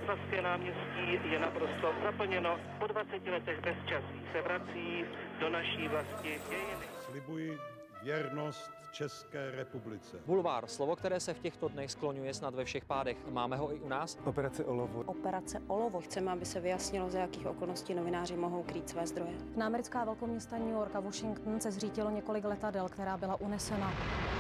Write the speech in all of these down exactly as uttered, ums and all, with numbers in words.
Václavské náměstí je naprosto zaplněno. Po dvaceti letech bezčasí se vrací do naší vlasti dějiny. Slibuji věrnost České republice. Bulvár, slovo, které se v těchto dnech skloňuje snad ve všech pádech. Máme ho i u nás? Operace Olovo. Operace Olovo. Chceme, aby se vyjasnilo, za jakých okolností novináři mohou krýt své zdroje. Na americká velkoměsta New York a Washington se zřítilo několik letadel, která byla unesena.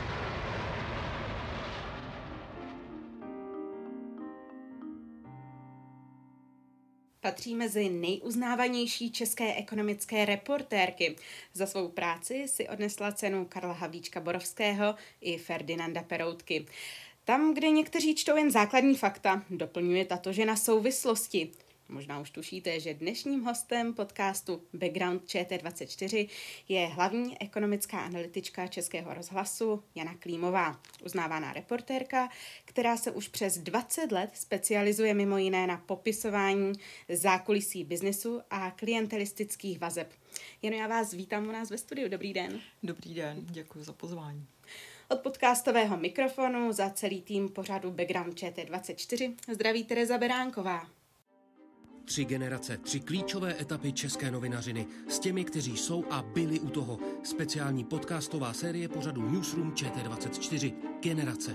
Patří mezi nejuznávanější české ekonomické reportérky. Za svou práci si odnesla cenu Karla Havlíčka Borovského i Ferdinanda Peroutky. Tam, kde někteří čtou jen základní fakta, doplňuje tato žena souvislosti. Možná už tušíte, že dnešním hostem podcastu Background Č T dvacet čtyři je hlavní ekonomická analytička Českého rozhlasu Jana Klímová, uznávaná reportérka, která se už přes dvacet let specializuje mimo jiné na popisování zákulisí biznesu a klientelistických vazeb. Jano, já vás vítám u nás ve studiu. Dobrý den. Dobrý den, děkuji za pozvání. Od podcastového mikrofonu za celý tým pořadu Background Č T dvacet čtyři zdraví Tereza Beránková. Tři generace, tři klíčové etapy české novinařiny s těmi, kteří jsou a byli u toho. Speciální podcastová série pořadu Newsroom Č T dvacet čtyři. Generace.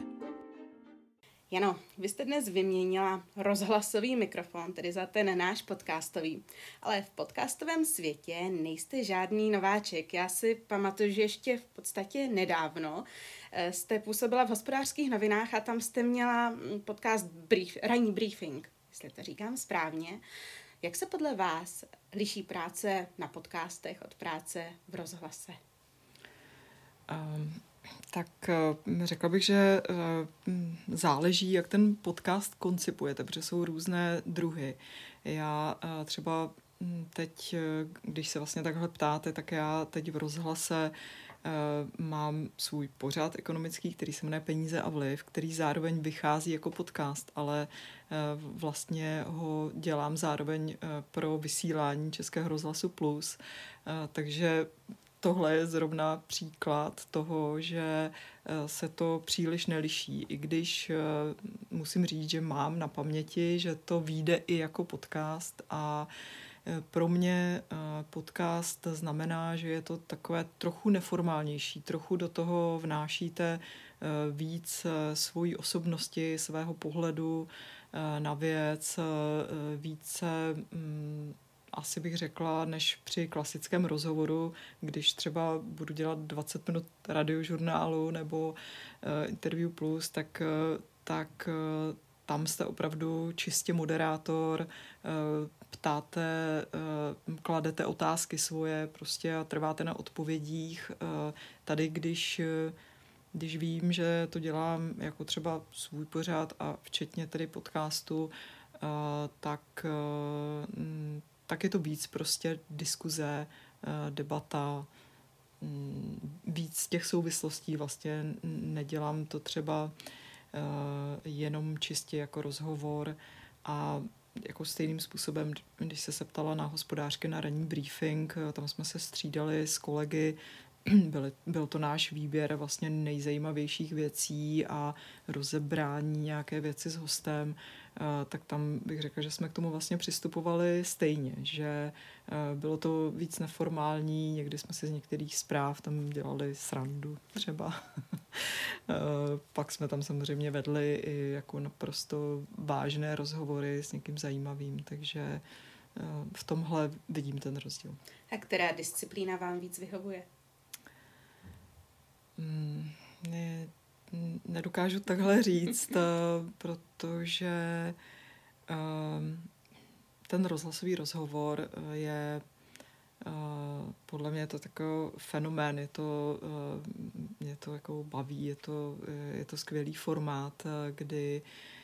Jano, vy jste dnes vyměnila rozhlasový mikrofon, tedy za ten náš podcastový. Ale v podcastovém světě nejste žádný nováček. Já si pamatuju, že ještě v podstatě nedávno jste působila v Hospodářských novinách a tam jste měla podcast brief, ranní briefing, jestli to říkám správně. Jak se podle vás liší práce na podcastech od práce v rozhlase? Um, tak uh, řekla bych, že uh, záleží, jak ten podcast koncipujete, protože jsou různé druhy. Já uh, třeba teď, když se vlastně takhle ptáte, tak já teď v rozhlase uh, mám svůj pořad ekonomický, který se jmenuje Peníze a vliv, který zároveň vychází jako podcast, ale uh, vlastně ho dělám zároveň uh, pro vysílání Českého rozhlasu Plus, uh, takže tohle je zrovna příklad toho, že se to příliš neliší, i když musím říct, že mám na paměti, že to vyjde i jako podcast a pro mě podcast znamená, že je to takové trochu neformálnější, trochu do toho vnášíte víc svojí osobnosti, svého pohledu na věc, více asi bych řekla, než při klasickém rozhovoru, když třeba budu dělat dvacet minut radiožurnálu nebo uh, Interview Plus, tak, uh, tak uh, tam jste opravdu čistě moderátor, uh, ptáte, uh, kladete otázky svoje prostě a trváte na odpovědích. Uh, tady, když, uh, když vím, že to dělám jako třeba svůj pořád a včetně tedy podcastu, uh, tak uh, tak je to víc prostě diskuze, debata, víc těch souvislostí. Vlastně nedělám to třeba jenom čistě jako rozhovor a jako stejným způsobem, když se se ptala na Hospodářky na ranní briefing, tam jsme se střídali s kolegy, Byl, byl to náš výběr vlastně nejzajímavějších věcí a rozebrání nějaké věci s hostem, tak tam bych řekla, že jsme k tomu vlastně přistupovali stejně, že bylo to víc neformální, někdy jsme si z některých zpráv tam dělali srandu třeba. Pak jsme tam samozřejmě vedli i jako naprosto vážné rozhovory s někým zajímavým, takže v tomhle vidím ten rozdíl. A která disciplína vám víc vyhovuje? Hmm, ne, nedokážu takhle říct, protože ten rozhlasový rozhovor je podle mě je to takový fenomén, je to, mě to jako baví, je to, je to skvělý formát, kdy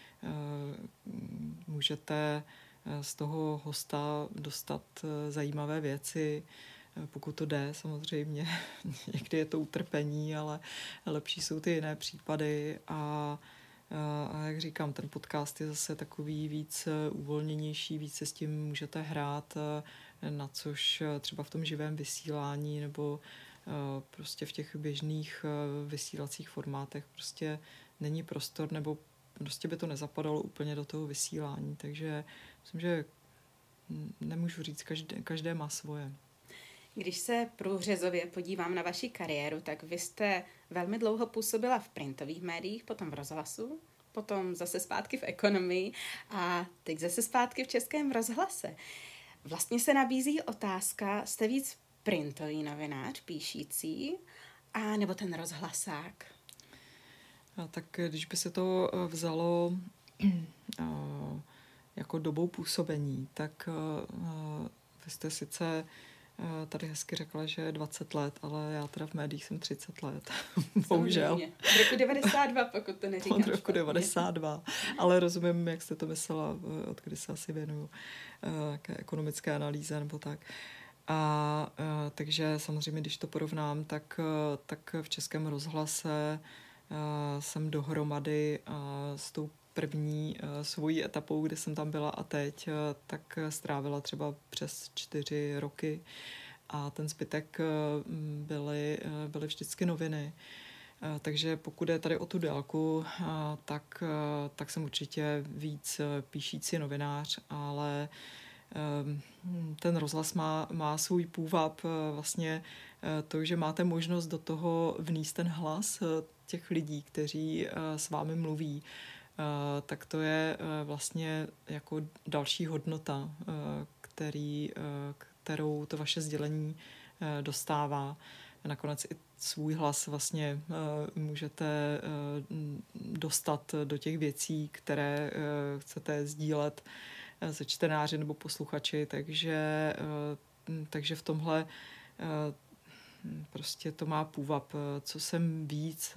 můžete z toho hosta dostat zajímavé věci, pokud to jde, samozřejmě. Někdy je to utrpení, ale lepší jsou ty jiné případy a, a jak říkám, ten podcast je zase takový víc uvolněnější, víc se s tím můžete hrát, na což třeba v tom živém vysílání nebo prostě v těch běžných vysílacích formátech prostě není prostor nebo prostě by to nezapadalo úplně do toho vysílání. Takže myslím, že nemůžu říct, každé, každé má svoje. Když se průřezově podívám na vaši kariéru, tak vy jste velmi dlouho působila v printových médiích, potom v rozhlasu, potom zase zpátky v ekonomii a teď zase zpátky v Českém rozhlase. Vlastně se nabízí otázka, jste víc printový novinář, píšící, a nebo ten rozhlasák? A tak když by se to vzalo jako dobou působení, tak vy jste sice tady hezky řekla, že dvacet let, ale já teda v médiích jsem třicet let. Bohužel. Od roku devadesát dva, pokud to neříkám. Od roku devadesát dva. Ale rozumím, jak jste to myslela, od kdy se asi věnuju jaké ekonomické analýze nebo tak. A, a takže samozřejmě, když to porovnám, tak, tak v Českém rozhlase a, jsem dohromady a, s tou první a, svojí etapou, kdy jsem tam byla a teď, a, tak strávila třeba přes čtyři roky a ten zbytek a, byly, a, byly vždycky noviny. A, takže pokud je tady o tu délku, a, tak, a, tak jsem určitě víc píšící novinář, ale ten rozhlas má, má svůj půvab, vlastně to, že máte možnost do toho vnést ten hlas těch lidí, kteří s vámi mluví, tak to je vlastně jako další hodnota, který, kterou to vaše sdělení dostává. Nakonec i svůj hlas vlastně můžete dostat do těch věcí, které chcete sdílet se čtenáři nebo posluchači, takže, takže v tomhle prostě to má půvab. Co jsem víc,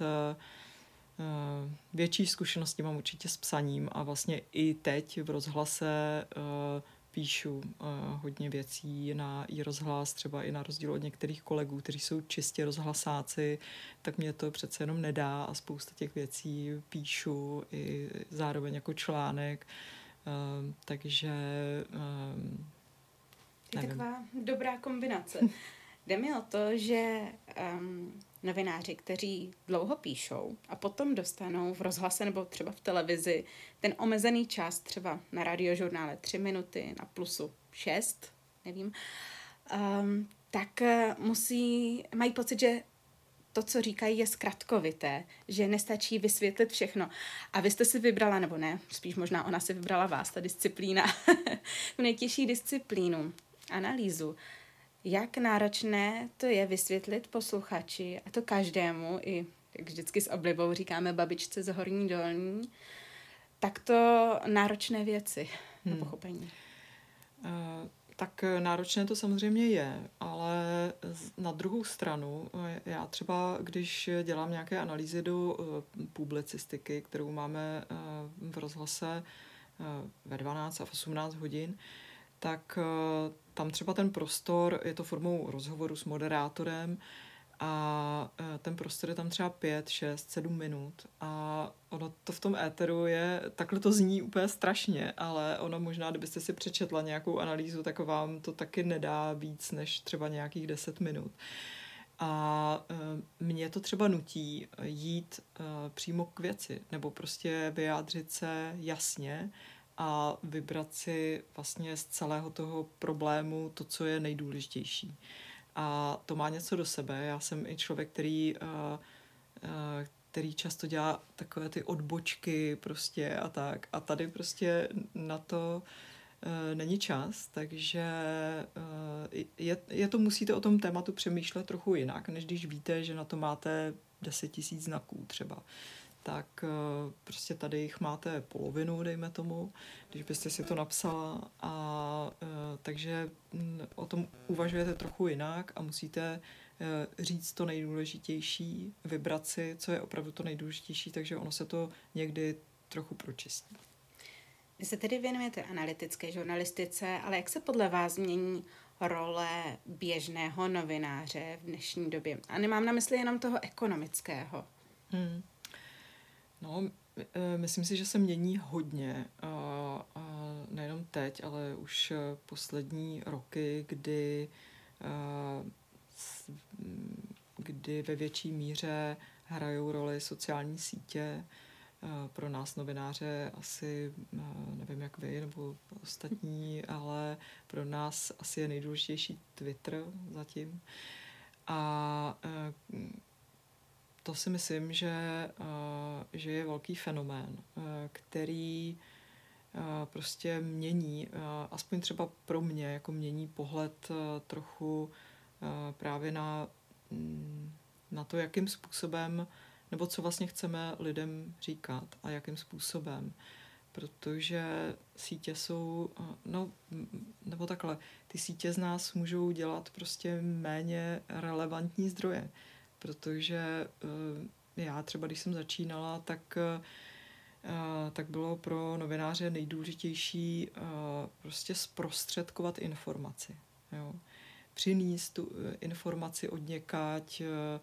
větší zkušenosti mám určitě s psaním a vlastně i teď v rozhlase píšu hodně věcí na i rozhlas, třeba i na rozdíl od některých kolegů, kteří jsou čistě rozhlasáci, tak mě to přece jenom nedá a spousta těch věcí píšu i zároveň jako článek. Uh, takže um, je taková dobrá kombinace. Jde mi o to, že um, novináři, kteří dlouho píšou a potom dostanou v rozhlase nebo třeba v televizi ten omezený čas, třeba na radiožurnále tři minuty, na plusu šest, nevím, um, tak musí, mají pocit, že to, co říkají, je zkratkovité, že nestačí vysvětlit všechno. A vy jste si vybrala, nebo ne, spíš možná ona si vybrala vás, ta disciplína, nejtěžší disciplínu, analýzu. Jak náročné to je vysvětlit posluchači, a to každému, i jak vždycky s oblibou říkáme babičce z Horní Dolní, tak to náročné věci na pochopení. Hmm. Uh... Tak náročné to samozřejmě je, ale na druhou stranu, já třeba, když dělám nějaké analýzy do publicistiky, kterou máme v rozhlase ve dvanáct a v osmnáct hodin, tak tam třeba ten prostor, je to formou rozhovoru s moderátorem a ten prostor je tam třeba pět, šest, sedm minut a ono to v tom éteru je, takhle to zní úplně strašně, ale ono možná, kdybyste si přečetla nějakou analýzu, tak vám to taky nedá víc než třeba nějakých deset minut. A mě to třeba nutí jít přímo k věci, nebo prostě vyjádřit se jasně a vybrat si vlastně z celého toho problému to, co je nejdůležitější. A to má něco do sebe. Já jsem i člověk, který, který často dělá takové ty odbočky prostě a tak. A tady prostě na to není čas, takže je, je to, musíte o tom tématu přemýšlet trochu jinak, než když víte, že na to máte deset tisíc znaků třeba. Tak prostě tady jich máte polovinu, dejme tomu, když byste si to napsala. A takže o tom uvažujete trochu jinak a musíte říct to nejdůležitější, vybrat si, co je opravdu to nejdůležitější, takže ono se to někdy trochu pročistí. Vy se tedy věnujete analytické žurnalistice, ale jak se podle vás změní role běžného novináře v dnešní době? A nemám na mysli jenom toho ekonomického. Hmm. No, myslím si, že se mění hodně. A, a nejenom teď, ale už poslední roky, kdy, a, kdy ve větší míře hrajou roli sociální sítě, pro nás novináře asi, nevím jak vy nebo ostatní, ale pro nás asi je nejdůležitější Twitter zatím. A to si myslím, že, že je velký fenomén, který prostě mění, aspoň třeba pro mě, jako mění pohled trochu právě na, na to, jakým způsobem, nebo co vlastně chceme lidem říkat a jakým způsobem. Protože sítě jsou, no, nebo takhle, ty sítě z nás můžou dělat prostě méně relevantní zdroje. Protože já třeba, když jsem začínala, tak tak bylo pro novináře nejdůležitější prostě zprostředkovat informaci. Jo. Přinést tu informaci od někáť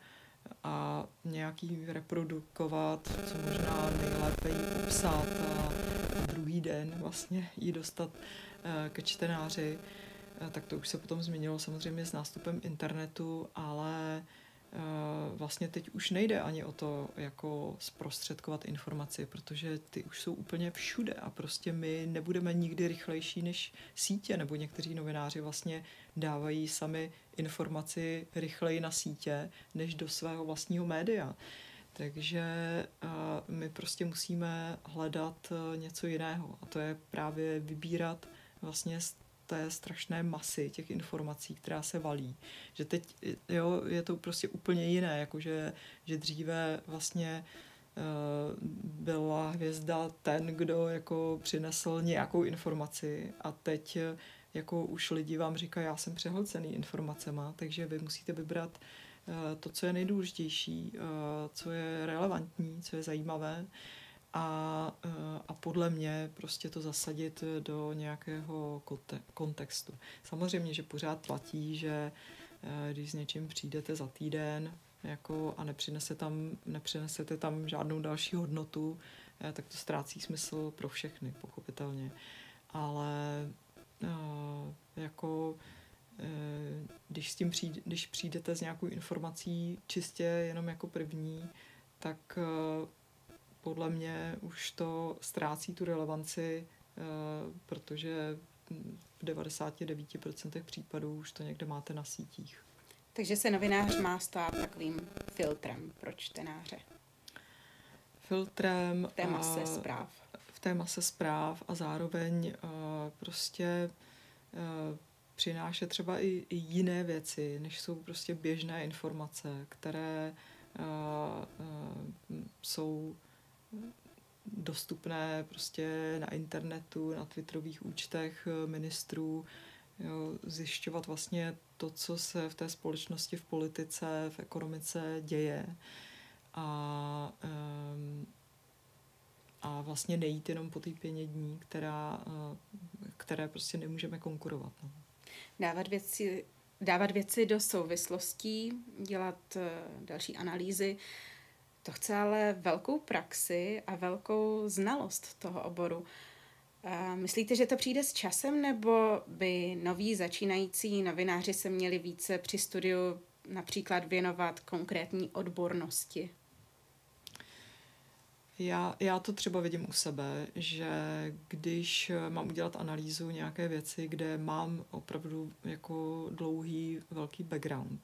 a nějaký reprodukovat, co možná nejlépe ji popsat a druhý den vlastně ji dostat ke čtenáři. Tak to už se potom změnilo samozřejmě s nástupem internetu, ale vlastně teď už nejde ani o to, jako zprostředkovat informaci, protože ty už jsou úplně všude a prostě my nebudeme nikdy rychlejší než sítě, nebo někteří novináři vlastně dávají sami informaci rychleji na sítě, než do svého vlastního média. Takže my prostě musíme hledat něco jiného a to je právě vybírat vlastně z té strašné masy těch informací, která se valí. Že teď jo, je to prostě úplně jiné, jakože že dříve vlastně uh, byla hvězda ten, kdo jako přinesl nějakou informaci a teď jako už lidi vám říkají, já jsem přehlcený informacema, takže vy musíte vybrat uh, to, co je nejdůležitější, uh, co je relevantní, co je zajímavé a, a podle mě prostě to zasadit do nějakého kontextu. Samozřejmě, že pořád platí, že když s něčím přijdete za týden jako, a nepřinese tam, nepřinesete tam žádnou další hodnotu, tak to ztrácí smysl pro všechny, pochopitelně. Ale jako když, s tím přijde, když přijdete s nějakou informací čistě jenom jako první, tak podle mě už to ztrácí tu relevanci, protože v devadesát devět procent případů už to někde máte na sítích. Takže se novinář má stát takovým filtrem pro čtenáře. Filtrem v té mase zpráv. V té mase zpráv a zároveň prostě přinášet třeba i, i jiné věci, než jsou prostě běžné informace, které jsou dostupné prostě na internetu, na twitterových účtech ministrů, jo, zjišťovat vlastně to, co se v té společnosti, v politice, v ekonomice děje a, um, a vlastně nejít jenom po té pěnědní, která, které prostě nemůžeme konkurovat. No. Dávat věci, dávat věci do souvislostí, dělat další analýzy, to chce ale velkou praxi a velkou znalost toho oboru. A myslíte, že to přijde s časem, nebo by noví začínající novináři se měli více při studiu například věnovat konkrétní odbornosti? Já, já to třeba vidím u sebe, že když mám udělat analýzu nějaké věci, kde mám opravdu jako dlouhý, velký background,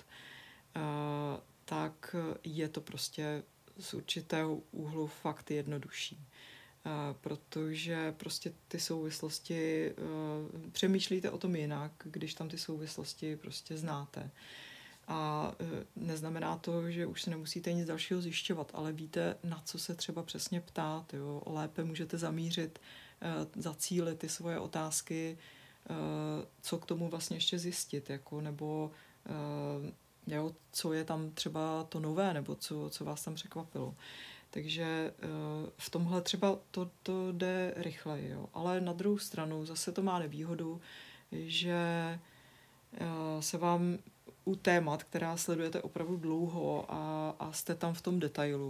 tak je to prostě z určitého úhlu fakt jednodušší. Protože prostě ty souvislosti, přemýšlíte o tom jinak, když tam ty souvislosti prostě znáte. A neznamená to, že už se nemusíte nic dalšího zjišťovat, ale víte, na co se třeba přesně ptát. Jo? Lépe můžete zamířit, zacílit ty svoje otázky, co k tomu vlastně ještě zjistit, jako, nebo jo, co je tam třeba to nové, nebo co, co vás tam překvapilo. Takže v tomhle třeba to, to jde rychleji, jo. Ale na druhou stranu zase to má nevýhodu, že se vám u témat, která sledujete opravdu dlouho a, a jste tam v tom detailu,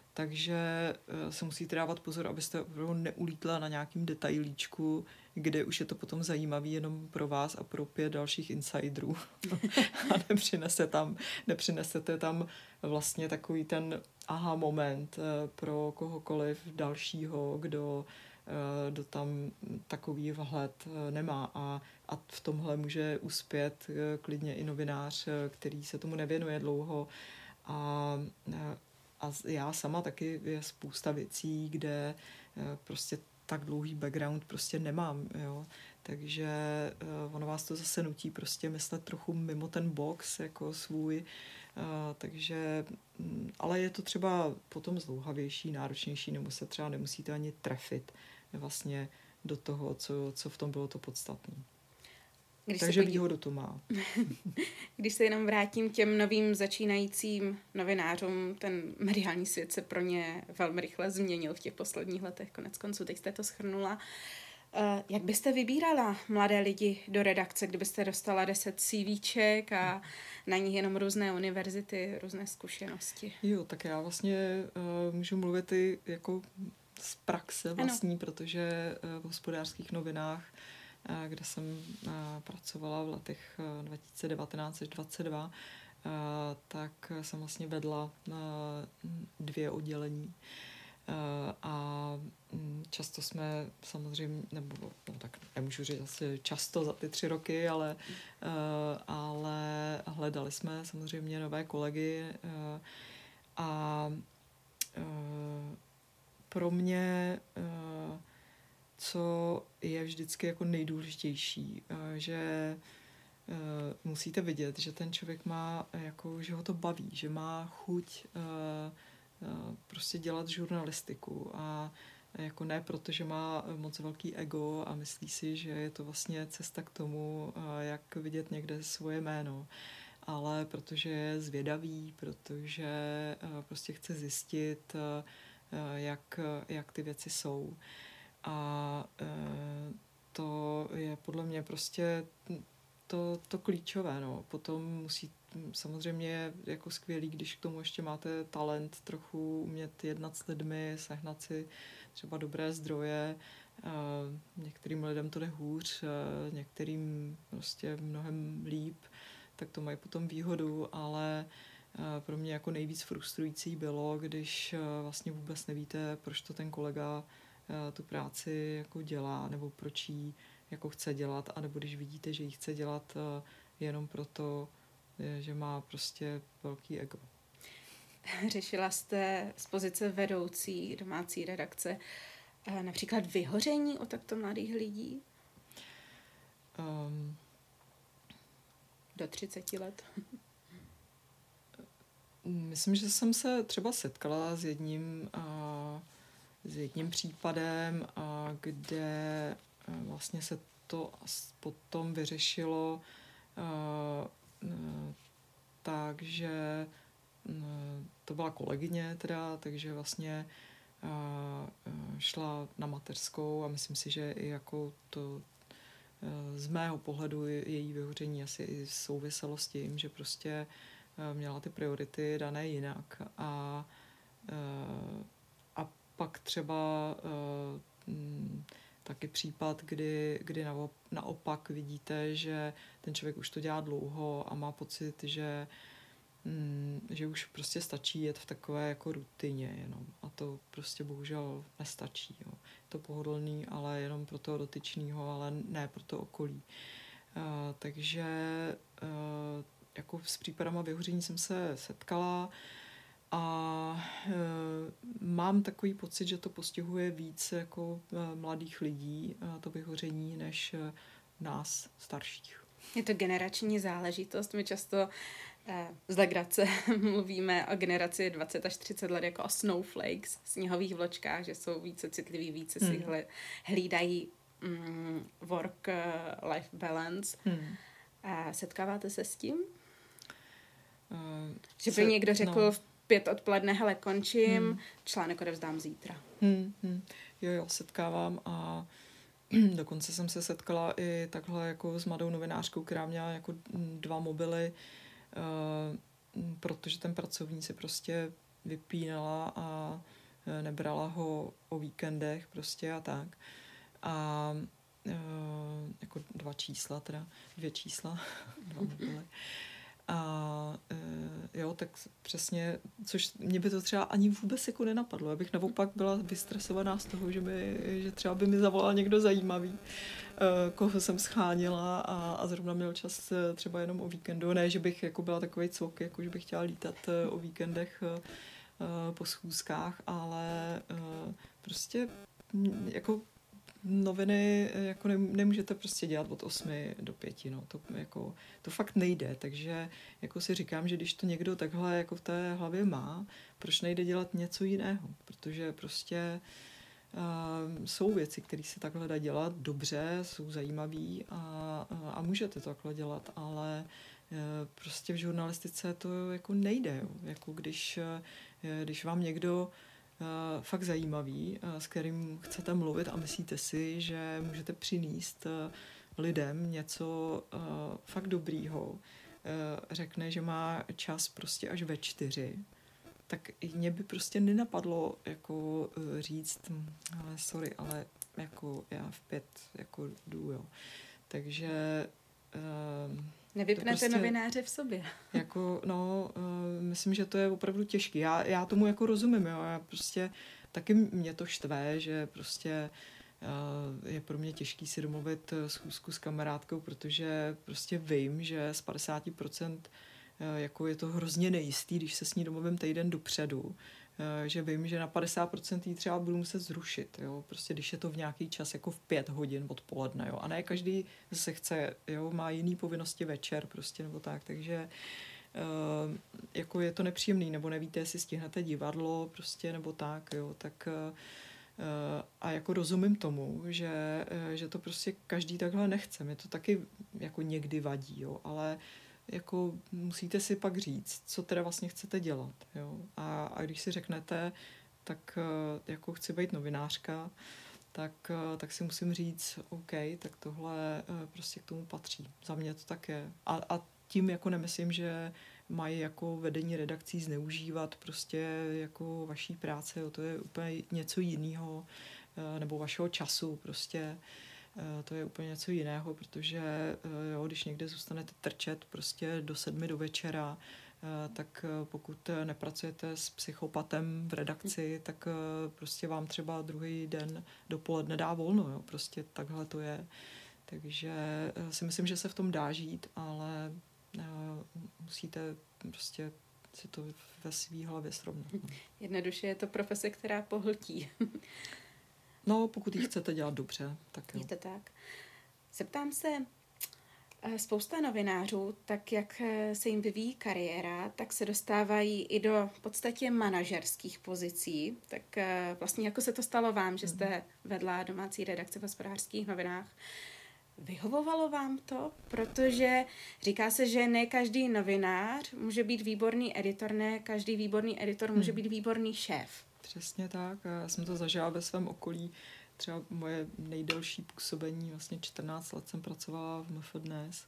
takže se musíte dávat pozor, abyste neulítla na nějakým detailíčku, kde už je to potom zajímavý jenom pro vás a pro pět dalších insiderů. A nepřinese tam, nepřinesete tam vlastně takový ten aha moment pro kohokoliv dalšího, kdo, kdo tam takový vhled nemá. A, a v tomhle může uspět klidně i novinář, který se tomu nevěnuje dlouho. A, a já sama taky je spousta věcí, kde prostě tak dlouhý background prostě nemám, jo. Takže uh, ono vás to zase nutí prostě myslet trochu mimo ten box jako svůj, uh, takže, um, ale je to třeba potom zdlouhavější, náročnější, nebo se třeba nemusíte ani trefit vlastně do toho, co, co v tom bylo to podstatné. Když Takže podí... výhodu to má. Když se jenom vrátím těm novým začínajícím novinářům, ten mediální svět se pro ně velmi rychle změnil v těch posledních letech, konec konců, teď jste to shrnula. Jak byste vybírala mladé lidi do redakce, kdybyste dostala deset CVček a na nich jenom různé univerzity, různé zkušenosti? Jo, tak já vlastně uh, můžu mluvit i jako z praxe vlastní, ano. Protože uh, v Hospodářských novinách, kde jsem pracovala v letech dva tisíce devatenáct až dvacet dva, tak jsem vlastně vedla dvě oddělení. A často jsme samozřejmě, nebo no tak nemůžu říct asi často za ty tři roky, ale, ale hledali jsme samozřejmě nové kolegy a pro mě co je vždycky jako nejdůležitější, že musíte vidět, že ten člověk má, jako, že ho to baví, že má chuť prostě dělat žurnalistiku a jako ne proto, že má moc velký ego a myslí si, že je to vlastně cesta k tomu, jak vidět někde svoje jméno, ale protože je zvědavý, protože prostě chce zjistit, jak, jak ty věci jsou. A e, to je podle mě prostě to, to klíčové. No. Potom musí samozřejmě jako skvělý, když k tomu ještě máte talent trochu umět jednat s lidmi, sehnat si třeba dobré zdroje. E, některým lidem to jde hůř, e, některým prostě mnohem líp, tak to mají potom výhodu, ale e, pro mě jako nejvíc frustrující bylo, když e, vlastně vůbec nevíte, proč to ten kolega tu práci jako dělá, nebo proč ji jako chce dělat, anebo když vidíte, že ji chce dělat jenom proto, že má prostě velký ego. Řešila jste z pozice vedoucí domácí redakce například vyhoření o takto mladých lidí? Um, Do třiceti let? Myslím, že jsem se třeba setkala s jedním uh, s jedním případem, kde vlastně se to potom vyřešilo takže to byla kolegyně teda, takže vlastně šla na mateřskou a myslím si, že i jako to z mého pohledu její vyhoření asi i souviselo s tím, že prostě měla ty priority dané jinak a pak třeba uh, m, taky případ, kdy, kdy naopak vidíte, že ten člověk už to dělá dlouho a má pocit, že, m, že už prostě stačí jet v takové jako rutině jenom. A to prostě bohužel nestačí. Jo. Je to pohodlný, ale jenom pro toho dotyčného, ale ne pro to okolí. Uh, takže uh, jako s případama vyhoření jsem se setkala. A e, mám takový pocit, že to postihuje víc jako e, mladých lidí, e, to vyhoření, než e, nás starších. Je to generační záležitost. My často e, z legrace mluvíme o generaci dvacet až třicet let jako o snowflakes, sněhových vločkách, že jsou více citliví, více hmm. si hle, hlídají mm, work-life balance. Hmm. A setkáváte se s tím? Uh, že by se, někdo řekl no. v pět odpoledne, hele, končím, hmm. článek odevzdám zítra. Hmm, hmm. Jo, jo, setkávám a dokonce jsem se setkala i takhle jako s mladou novinářkou, která měla jako dva mobily, uh, protože ten pracovník si prostě vypínala a nebrala ho o víkendech prostě a tak. A jako dva čísla teda, dvě čísla, dva mobily. A jo, tak přesně, což mě by to třeba ani vůbec jako nenapadlo. Já bych naopak byla vystresovaná z toho, že, by, že třeba by mi zavolal někdo zajímavý, koho jsem schánila a, a zrovna měl čas třeba jenom o víkendu. Ne, že bych jako byla takovej cvok, jako že bych chtěla lítat o víkendech po schůzkách, ale prostě jako noviny jako nemůžete prostě dělat od osmi do pěti, no, to, jako, to fakt nejde, takže jako si říkám, že když to někdo takhle jako v té hlavě má, proč nejde dělat něco jiného, protože prostě uh, jsou věci, které se takhle dá dělat dobře, jsou zajímavý a, a, a můžete to takhle dělat, ale uh, prostě v žurnalistice to jako nejde, jo. Jako když, uh, když vám někdo Uh, fakt zajímavý, uh, s kterým chcete mluvit a myslíte si, že můžete přinést uh, lidem něco uh, fakt dobrýho, uh, řekne, že má čas prostě až ve čtyři, tak mě by prostě nenapadlo jako uh, říct, ale sorry, ale jako já v pět jako jdu, jo. Takže uh, nevypnete prostě, novináře v sobě. Jako, no, uh, myslím, že to je opravdu těžký. Já, já tomu jako rozumím, jo. Já prostě, taky mě to štve, že prostě uh, je pro mě těžký si domluvit schůzku s kamarádkou, protože prostě vím, že z padesát procent uh, jako je to hrozně nejistý, když se s ní domluvím týden dopředu, že vím, že na padesát procent jí třeba budu muset zrušit, jo, prostě když je to v nějaký čas jako v pět hodin odpoledne, jo, a ne každý se chce, jo, má jiný povinnosti večer prostě, nebo tak, takže uh, jako je to nepříjemný, nebo nevíte, jestli stihnete divadlo prostě, nebo tak, jo, tak uh, a jako rozumím tomu, že, že to prostě každý takhle nechce, mě to taky jako někdy vadí, jo, ale jako musíte si pak říct, co teda vlastně chcete dělat, jo. A, a když si řeknete, tak jako chci být novinářka, tak, tak si musím říct, OK, tak tohle prostě k tomu patří. Za mě to tak je. A, a tím jako nemyslím, že mají jako vedení redakcí zneužívat prostě jako vaší práce, jo. To je úplně něco jiného, nebo vašeho času prostě. To je úplně něco jiného, protože jo, když někde zůstanete trčet prostě do sedmi do večera, tak pokud nepracujete s psychopatem v redakci, tak prostě vám třeba druhý den dopoledne dá volno, jo, prostě takhle to je. Takže si myslím, že se v tom dá žít, ale musíte prostě si to ve svý hlavě srovnat. Jednoduše je to profese, která pohltí. No, pokud ji chcete dělat dobře, tak jo. Je to tak. Zeptám se, spousta novinářů, tak jak se jim vyvíjí kariéra, tak se dostávají i do v podstatě manažerských pozicí. Tak vlastně jako se to stalo vám, že jste vedla domácí redakce v Hospodářských novinách. Vyhovovalo vám to? Protože říká se, že ne každý novinář může být výborný editor, ne každý výborný editor může být výborný šéf. Přesně tak. Já jsem to zažila ve svém okolí. Třeba moje nejdelší působení, vlastně čtrnáct let jsem pracovala v M F Dnes,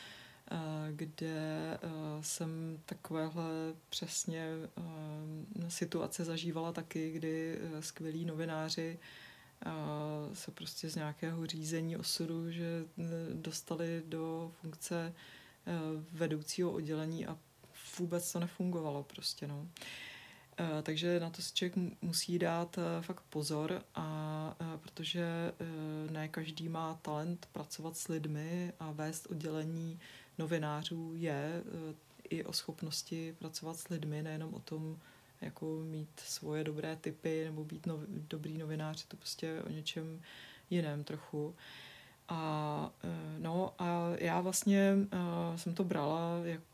kde jsem takovéhle přesně situace zažívala taky, kdy skvělí novináři se prostě z nějakého řízení osudu, že dostali do funkce vedoucího oddělení a vůbec to nefungovalo prostě, no. Uh, takže na to si člověk musí dát uh, fakt pozor, a, uh, protože uh, ne každý má talent pracovat s lidmi a vést oddělení novinářů je uh, i o schopnosti pracovat s lidmi, nejenom o tom, jako mít svoje dobré typy nebo být nov, dobrý novinář, to prostě o něčem jiném trochu. A, uh, no, a já vlastně uh, jsem to brala jako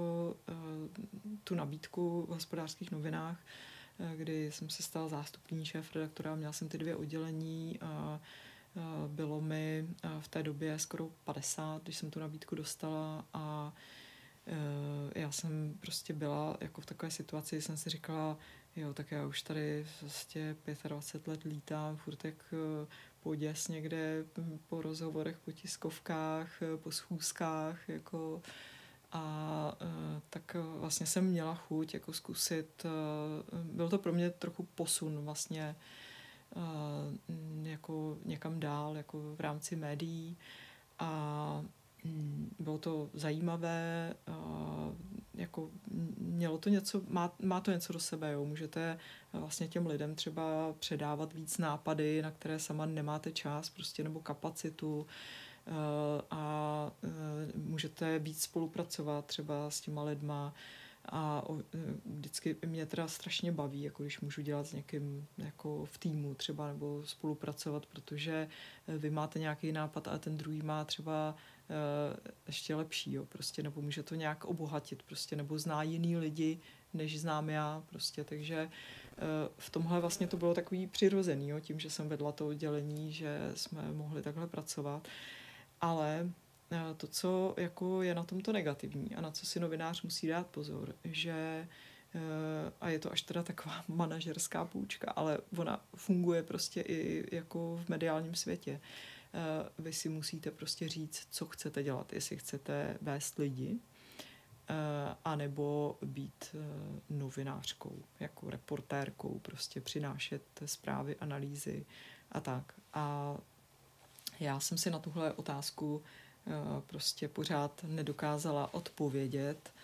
tu nabídku v Hospodářských novinách, kdy jsem se stala zástupkyní šéfredaktora, měla jsem ty dvě oddělení a bylo mi v té době skoro padesát, když jsem tu nabídku dostala, a já jsem prostě byla jako v takové situaci, jsem si říkala, jo, tak já už tady vlastně dvacet pět let lítám, furt jak poděs někde po rozhovorech, po tiskovkách, po schůzkách, jako. a tak vlastně jsem měla chuť jako zkusit, byl to pro mě trochu posun vlastně jako někam dál, jako v rámci médií a bylo to zajímavé, jako mělo to něco, má, má to něco do sebe, jo. Můžete vlastně těm lidem třeba předávat víc nápady, na které sama nemáte čas prostě nebo kapacitu a můžete víc spolupracovat třeba s těma lidma a vždycky mě teda strašně baví, jako když můžu dělat s někým jako v týmu třeba nebo spolupracovat, protože vy máte nějaký nápad a ten druhý má třeba ještě lepší, jo, prostě, nebo může to nějak obohatit, prostě, nebo zná jiný lidi, než znám já, prostě, takže v tomhle vlastně to bylo takový přirozený, jo, tím, že jsem vedla to oddělení, že jsme mohli takhle pracovat, ale to, co jako je na tomto negativní a na co si novinář musí dát pozor, že a je to až teda taková manažerská půjčka, ale ona funguje prostě i jako v mediálním světě. Vy si musíte prostě říct, co chcete dělat, jestli chcete vést lidi, anebo být novinářkou, jako reportérkou, prostě přinášet zprávy, analýzy a tak. A já jsem si na tuhle otázku prostě pořád nedokázala odpovědět,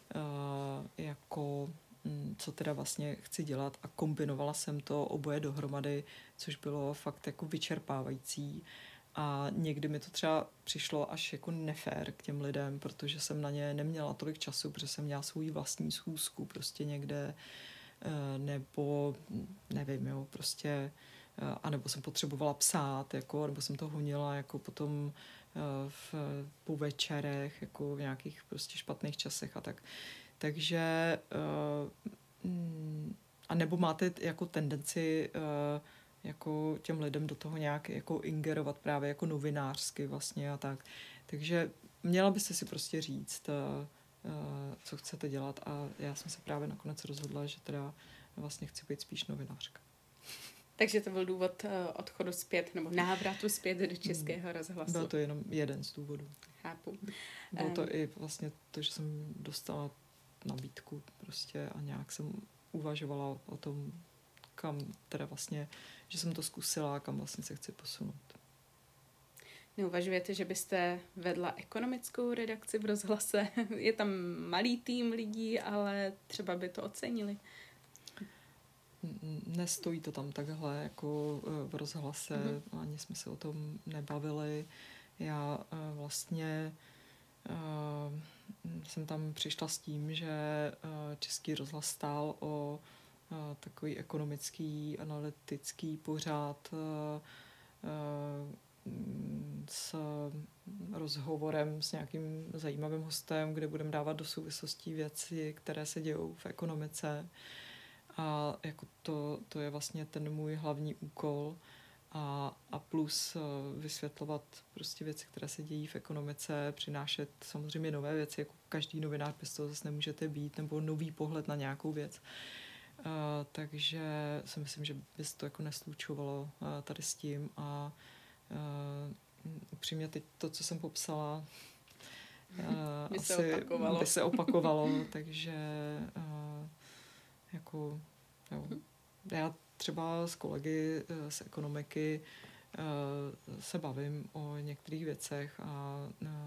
jako co teda vlastně chci dělat a kombinovala jsem to oboje dohromady, což bylo fakt jako vyčerpávající a někdy mi to třeba přišlo až jako nefér k těm lidem, protože jsem na ně neměla tolik času, protože jsem měla svou vlastní schůzku prostě někde nebo nevím, jo, prostě a nebo jsem potřebovala psát, jako, nebo jsem to honila jako potom v, po večerech, jako v nějakých prostě špatných časech a tak. Takže a nebo máte jako tendenci jako těm lidem do toho nějak jako ingerovat právě jako novinářsky vlastně a tak. Takže měla byste si prostě říct, co chcete dělat a já jsem se právě nakonec rozhodla, že teda vlastně chci být spíš novinářka. Takže to byl důvod odchodu zpět, nebo návratu zpět do Českého rozhlasu. Byl to jenom jeden z důvodů. Chápu. Bylo to um. i vlastně to, že jsem dostala nabídku prostě a nějak jsem uvažovala o tom, kam teda vlastně, že jsem to zkusila a kam vlastně se chci posunout. Neuvažujete, že byste vedla ekonomickou redakci v rozhlase? Je tam malý tým lidí, ale třeba by to ocenili. Nestojí to tam takhle jako v rozhlase, mm-hmm. ani jsme se o tom nebavili. Já vlastně uh, jsem tam přišla s tím, že uh, Český rozhlas stál o uh, takový ekonomický, analytický pořád uh, uh, s rozhovorem s nějakým zajímavým hostem, kde budeme dávat do souvislostí věci, které se dějou v ekonomice. A jako to, to je vlastně ten můj hlavní úkol a, a plus vysvětlovat prostě věci, které se dějí v ekonomice, přinášet samozřejmě nové věci, jako každý novinář, bez toho zase nemůžete být, nebo nový pohled na nějakou věc. Uh, takže si myslím, že by se to jako neslučovalo uh, tady s tím a uh, upřímně teď to, co jsem popsala, uh, by, asi se opakovalo. by se opakovalo, takže uh, jako, jo. Já třeba s kolegy z ekonomiky se bavím o některých věcech a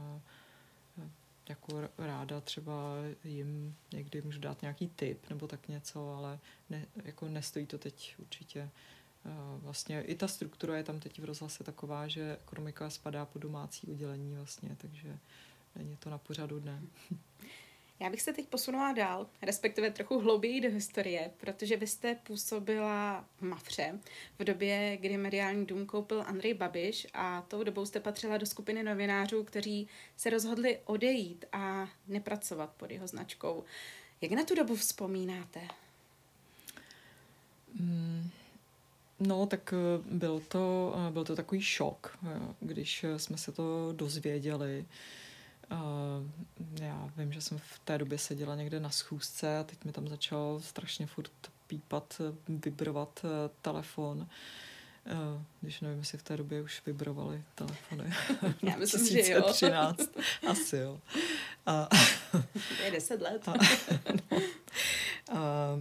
jako ráda třeba jim někdy můžu dát nějaký tip nebo tak něco, ale ne, jako nestojí to teď určitě. Vlastně i ta struktura je tam teď v rozhlase taková, že ekonomika spadá pod domácí oddělení vlastně, takže není to na pořadu dne. Já bych se teď posunula dál, respektive trochu hlouběji do historie, protože vy jste působila v Mafře v době, kdy mediální dům koupil Andrej Babiš a tou dobou jste patřila do skupiny novinářů, kteří se rozhodli odejít a nepracovat pod jeho značkou. Jak na tu dobu vzpomínáte? Mm, no, tak byl to, byl to takový šok, když jsme se to dozvěděli. Uh, já vím, že jsem v té době seděla někde na schůzce a teď mi tam začal strašně furt pípat, vibrovat uh, telefon když nevím, jestli v té době už vibrovaly telefony. Já myslím, že jo. třináct asi jo. A, to je deset let. A, no, a, a,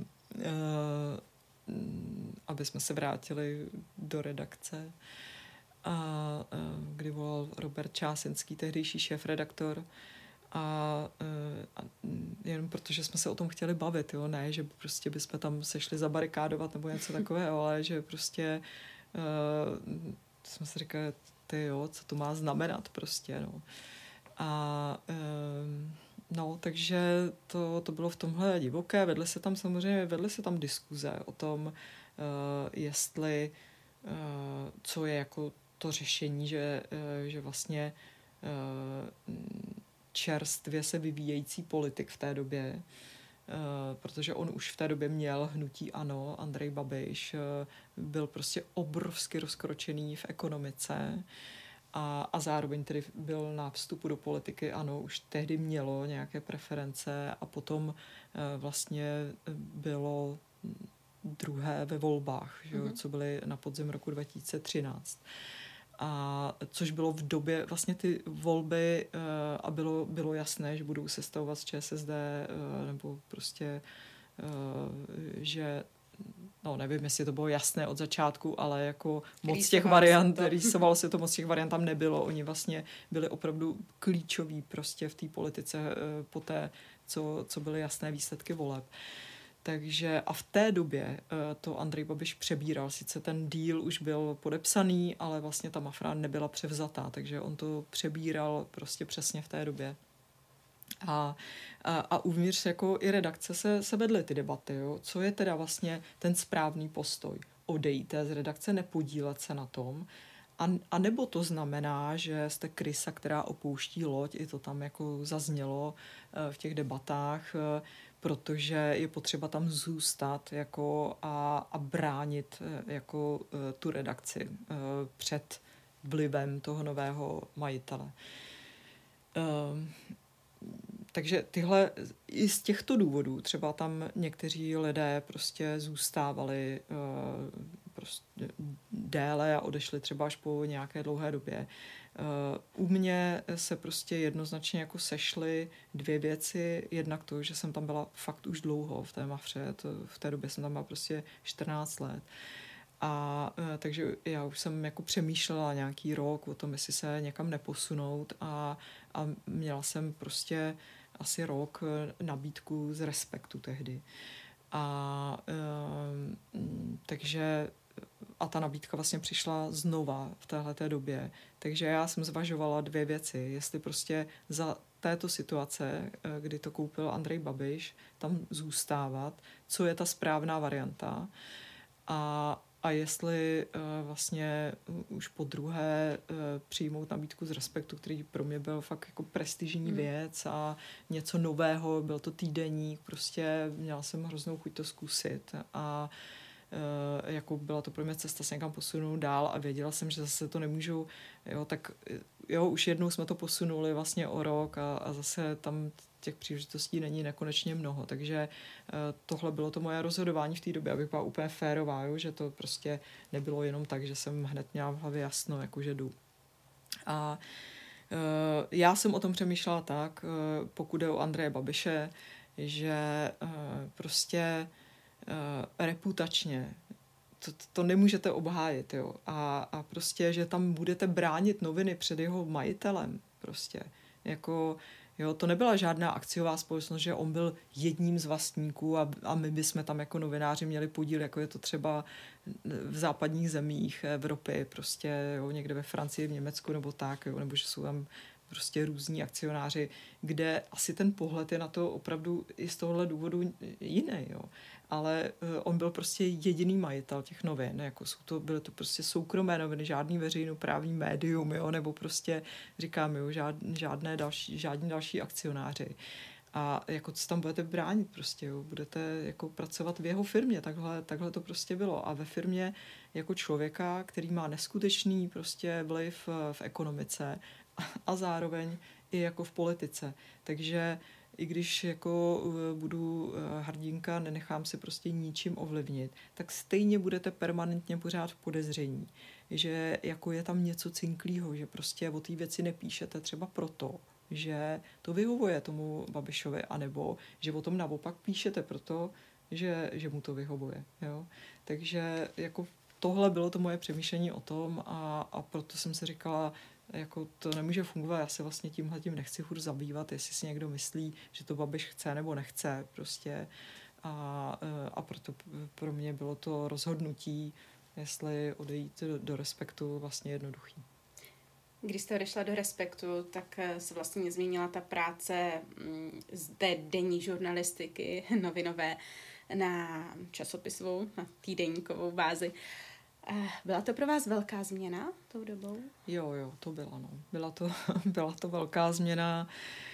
aby jsme se vrátili do redakce, a, a, kdy volal Robert Čásenský, tehdejší šéfredaktor, a, a jenom protože jsme se o tom chtěli bavit, jo, ne, že prostě bychom tam se šli zabarikádovat nebo něco takového, ale že prostě uh, jsme si říkali, ty jo, co to má znamenat prostě, no. A um, no, takže to, to bylo v tomhle divoké, vedly se tam samozřejmě, vedly se tam diskuze o tom, uh, jestli, uh, co je jako to řešení, že, uh, že vlastně uh, čerstvě se vyvíjející politik v té době, uh, protože on už v té době měl hnutí ANO, Andrej Babiš, uh, byl prostě obrovsky rozkročený v ekonomice a, a zároveň tedy byl na vstupu do politiky, ANO už tehdy mělo nějaké preference a potom uh, vlastně bylo druhé ve volbách, že jo, mm-hmm. co byly na podzim roku dva tisíce třináct. A což bylo v době vlastně ty volby uh, a bylo, bylo jasné, že budou sestavovat z ČSSD uh, nebo prostě, uh, že no nevím, jestli to bylo jasné od začátku, ale jako moc těch variant, rýsovalo se to, moc těch variant tam nebylo. Oni vlastně byli opravdu klíčoví prostě v té politice uh, po té, co, co byly jasné výsledky voleb. Takže a v té době uh, to Andrej Babiš přebíral. Sice ten deal už byl podepsaný, ale vlastně ta Mafra nebyla převzatá, takže on to přebíral prostě přesně v té době. A, a, a uvnitř jako i redakce se, se vedly ty debaty, jo? Co je teda vlastně ten správný postoj. Odejít z redakce, nepodílet se na tom, a, a nebo to znamená, že jste krysa, která opouští loď, i to tam jako zaznělo uh, v těch debatách, uh, protože je potřeba tam zůstat jako a, a bránit jako uh, tu redakci uh, před vlivem toho nového majitele. Uh, takže tyhle, i z těchto důvodů třeba tam někteří lidé prostě zůstávali uh, prostě déle a odešli třeba až po nějaké dlouhé době. Uh, u mě se prostě jednoznačně jako sešly dvě věci. Jednak to, že jsem tam byla fakt už dlouho v té Mafře, to, v té době jsem tam byla prostě čtrnáct let. A uh, takže já už jsem jako přemýšlela nějaký rok o tom, jestli se někam neposunout a, a měla jsem prostě asi rok nabídku z Respektu tehdy. A uh, takže a ta nabídka vlastně přišla znova v téhleté době. Takže já jsem zvažovala dvě věci. Jestli prostě za této situace, kdy to koupil Andrej Babiš, tam zůstávat, co je ta správná varianta. A, a jestli uh, vlastně už po druhé uh, přijmout nabídku z Respektu, který pro mě byl fakt jako prestižní hmm. věc a něco nového, byl to týdeník, prostě měla jsem hroznou chuť to zkusit a Uh, jako byla to pro mě cesta se někam posunout dál a věděla jsem, že zase to nemůžu, jo, tak jo, už jednou jsme to posunuli vlastně o rok a, a zase tam těch příležitostí není nekonečně mnoho, takže uh, tohle bylo to moje rozhodování v té době, abych byla úplně férová, jo, že to prostě nebylo jenom tak, že jsem hned měla v hlavě jasno, jako že jdu. A uh, já jsem o tom přemýšlela tak, uh, pokud jde o Andreje Babiše, že uh, prostě Uh, reputačně to, to nemůžete obhájit, jo. A, a prostě, že tam budete bránit noviny před jeho majitelem, prostě, jako, jo, to nebyla žádná akciová společnost, že on byl jedním z vlastníků a, a my bychom tam jako novináři měli podíl, jako je to třeba v západních zemích Evropy, prostě, jo, někde ve Francii, v Německu nebo tak, jo, nebo že jsou tam prostě různí akcionáři, kde asi ten pohled je na to opravdu i z tohohle důvodu jiný, jo. Ale uh, on byl prostě jediný majitel těch novin, jako jsou to, byly to prostě soukromé noviny, žádný veřejnoprávní médium, jo, nebo prostě, říkám, jo, žád, žádné další, žádní další akcionáři. A jako co tam budete bránit prostě, jo, budete jako pracovat v jeho firmě, takhle, takhle to prostě bylo. A ve firmě jako člověka, který má neskutečný prostě vliv v ekonomice a, a zároveň i jako v politice. Takže i když jako budu hrdinka, nenechám se prostě ničím ovlivnit, tak stejně budete permanentně pořád v podezření, že jako je tam něco cinklýho, že prostě o té věci nepíšete třeba proto, že to vyhovuje tomu Babišovi, anebo že o tom naopak píšete proto, že, že mu to vyhovuje. Jo? Takže jako tohle bylo to moje přemýšlení o tom a, a proto jsem si říkala, jako to nemůže fungovat, já se vlastně tímhletím nechci furt zabývat, jestli si někdo myslí, že to Babiš chce nebo nechce prostě. A, a proto pro mě bylo to rozhodnutí, jestli odejít do, do Respektu, vlastně jednoduchý. Když jste odešla do Respektu, tak se vlastně změnila ta práce z té denní žurnalistiky novinové na časopisovou, na týdeníkovou bázi. Byla to pro vás velká změna tou dobou? Jo, jo, to byla, no. Byla to, byla to velká změna,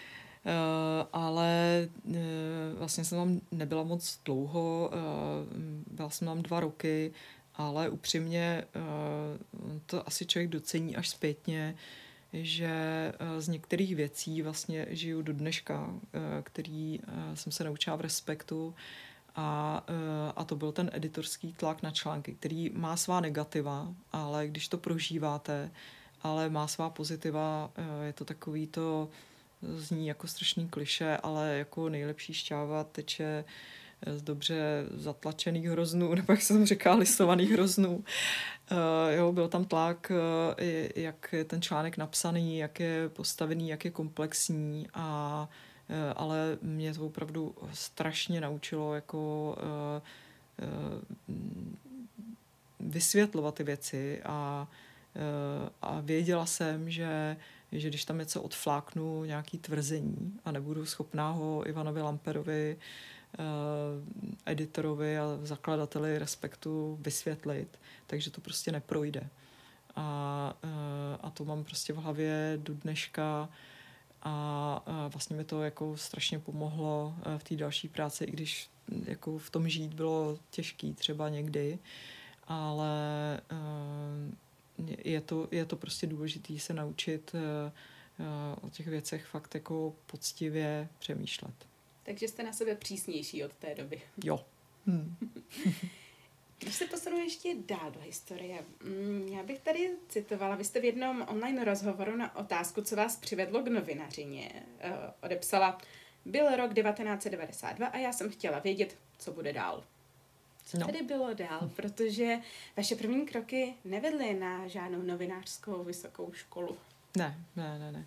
ale vlastně jsem tam nebyla moc dlouho, byla jsem tam dva roky, ale upřímně to asi člověk docení až zpětně, že z některých věcí vlastně žiju do dneška, který jsem se naučila v Respektu, a, a to byl ten editorský tlak na články, který má svá negativa, ale když to prožíváte, ale má svá pozitiva, je to takový to, zní jako strašný klišé, ale jako nejlepší šťáva teče z dobře zatlačených hroznů, nebo jak jsem říkala, listovaných hroznů. Uh, jo, byl tam tlak, uh, jak je ten článek napsaný, jak je postavený, jak je komplexní, a, uh, ale mě to opravdu strašně naučilo jako uh, uh, vysvětlovat ty věci a, uh, a věděla jsem, že že když tam něco odfláknu, nějaký tvrzení a nebudu schopná ho Ivanovi Lamperovi, Uh, editorovi a zakladateli Respektu vysvětlit, takže to prostě neprojde. A, uh, a to mám prostě v hlavě do dneška a uh, vlastně mi to jako strašně pomohlo uh, v té další práci, i když jako v tom žít bylo těžký třeba někdy, ale uh, je, to, je to prostě důležité se naučit uh, uh, o těch věcech fakt jako poctivě přemýšlet. Takže jste na sebe přísnější od té doby. Jo. Hmm. Když se posunu ještě dál do historie, já bych tady citovala, vy jste v jednom online rozhovoru na otázku, co vás přivedlo k novinařině, odepsala, byl rok devatenáct set devadesát dva a já jsem chtěla vědět, co bude dál. Co no. tedy bylo dál, protože vaše první kroky nevedly na žádnou novinářskou vysokou školu. Ne, ne, ne, ne.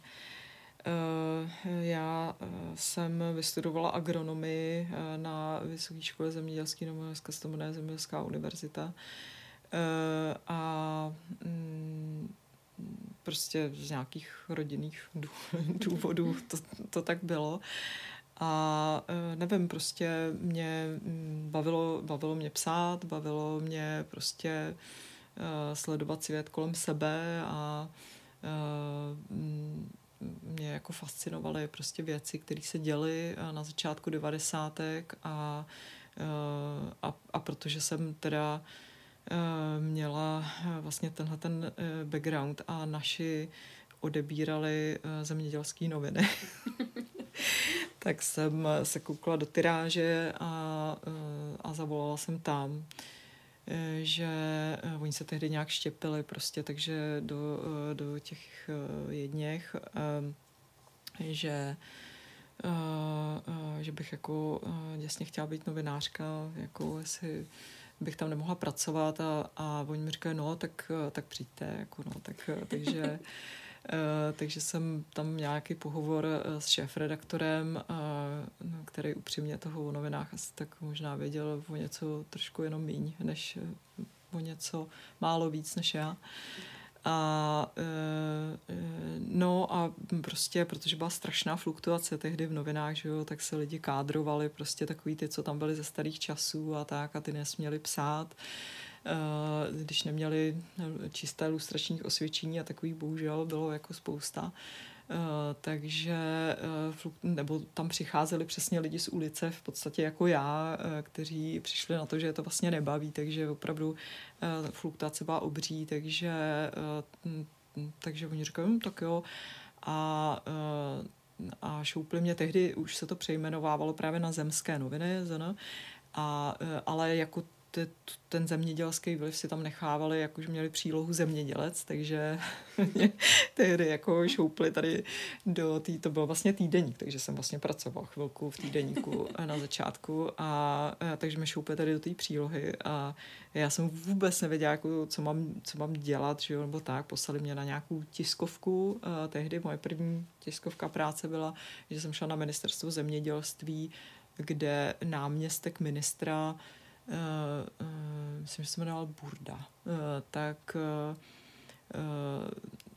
Já jsem vystudovala agronomii na Vysoké škole zemědělské, nebo dneska se to jmenuje Zemědělská univerzita. A prostě z nějakých rodinných důvodů to, to tak bylo. A nevím, prostě mě bavilo, bavilo mě psát, bavilo mě prostě sledovat svět kolem sebe a mě jako fascinovaly prostě věci, které se děly na začátku devadesátek a, a, a protože jsem teda měla vlastně tenhle ten background a naši odebírali zemědělské noviny, tak jsem se koukla do tiráže a, a zavolala jsem tam, že oni se tehdy nějak štěpili prostě, takže do, do těch jedněch, že, že bych jako jasně chtěla být novinářka, jako jestli bych tam nemohla pracovat a, a oni mi říkají, no, tak, tak přijďte, jako no, tak, takže Uh, takže jsem tam nějaký pohovor s šéfredaktorem, uh, který upřímně toho o novinách asi tak možná věděl o něco trošku jenom míň, než o něco málo víc než já. A uh, no a prostě, protože byla strašná fluktuace tehdy v novinách, že jo, tak se lidi kádrovali, prostě takový ty, co tam byli ze starých časů a tak, a ty nesměli psát. Když neměli čisté lustrační osvědčení a takových bohužel bylo jako spousta. Takže nebo tam přicházeli přesně lidi z ulice v podstatě jako já, kteří přišli na to, že je to vlastně nebaví, takže opravdu fluktuace byla obří, takže takže oni říkají, hm, tak jo. A a šoupli mě tehdy, už se to přejmenovávalo právě na Zemské noviny, zn, a, ale jako te, ten zemědělský vliv si tam nechávali, jakože měli přílohu zemědělec, takže tehdy jako šoupli tady do tý, to byl vlastně týdeník, takže jsem vlastně pracoval chvilku v týdeníku na začátku a, a takže mi šoupli tady do té přílohy a já jsem vůbec nevěděla, jako, co, mám, co mám dělat, že jo, nebo tak, poslali mě na nějakou tiskovku, a tehdy moje první tiskovka práce byla, že jsem šla na ministerstvo zemědělství, kde náměstek ministra Uh, uh, myslím, že se jmenoval Burda, uh, tak uh, uh,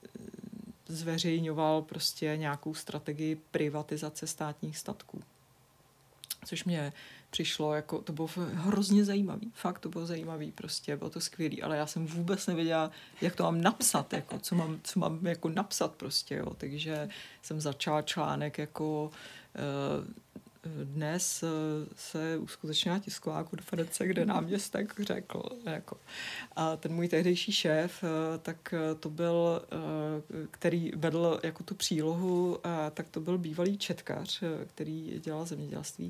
zveřejňoval prostě nějakou strategii privatizace státních statků. Což mě přišlo, jako, to bylo hrozně zajímavý, fakt to bylo zajímavý, prostě bylo to skvělý, ale já jsem vůbec nevěděla, jak to mám napsat, jako, co mám, co mám jako napsat prostě, jo, takže jsem začala článek jako uh, dnes se uskutečnila tisková konference, kde náměstek řekl, jako. A ten můj tehdejší šéf, tak to byl, který vedl jako tu přílohu, tak to byl bývalý četkař, který dělal zemědělství.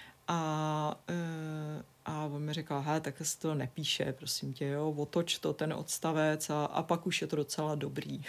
A, a on mi říkal, hele, tak se to nepíše, prosím tě, jo, otoč to, ten odstavec a, a pak už je to docela dobrý.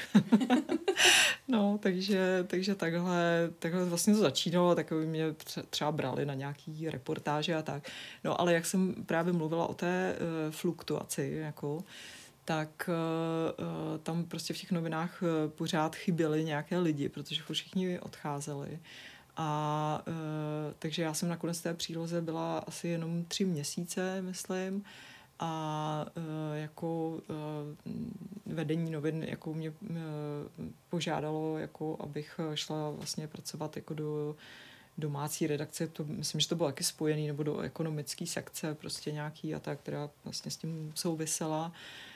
No, takže, takže takhle, takhle vlastně to začínalo, takový mě třeba brali na nějaký reportáže a tak. No, ale jak jsem právě mluvila o té uh, fluktuaci, jako, tak uh, tam prostě v těch novinách uh, pořád chyběli nějaké lidi, protože všichni odcházeli. A uh, takže já jsem nakonec té příloze byla asi jenom tři měsíce, myslím, a uh, jako uh, vedení novin jako mě uh, požádalo, jako abych šla vlastně pracovat jako do domácí redakce, to, myslím, že to bylo taky spojený, nebo do ekonomické sekce prostě nějaký a tak, která vlastně s tím souvisela.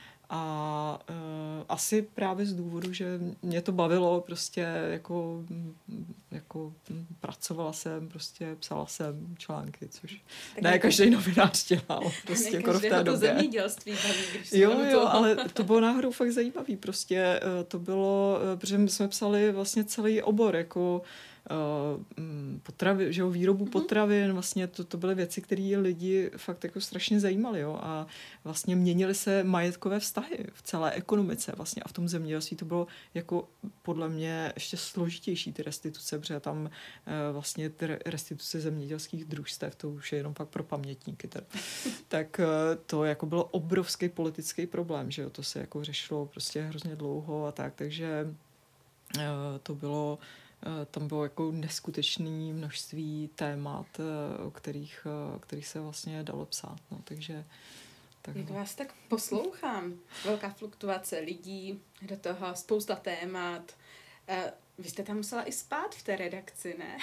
A uh, asi právě z důvodu, že mě to bavilo, prostě jako, jako pracovala jsem, prostě psala jsem články, což tak ne každý novinář dělal, prostě jako v té době. To zemědělství baví, když jo, jo, toho. Ale to bylo náhodou fakt zajímavý, prostě to bylo, protože my jsme psali vlastně celý obor, jako potravy, že jo, výrobu potravin, vlastně to, to byly věci, které lidi fakt jako strašně zajímaly, jo, a vlastně měnily se majetkové vztahy v celé ekonomice vlastně a v tom zemědělství to bylo jako podle mě ještě složitější ty restituce, protože tam vlastně ty restituce zemědělských družstev, to už je jenom pak pro pamětníky, teda. Tak to jako bylo obrovský politický problém, že jo, to se jako řešilo prostě hrozně dlouho a tak, takže to bylo tam bylo jako neskutečné množství témat, o kterých, o kterých se vlastně dalo psát. No, takže, tak Jak vás tak poslouchám, velká fluktuace lidí, do toho spousta témat. Vy jste tam musela i spát v té redakci, ne?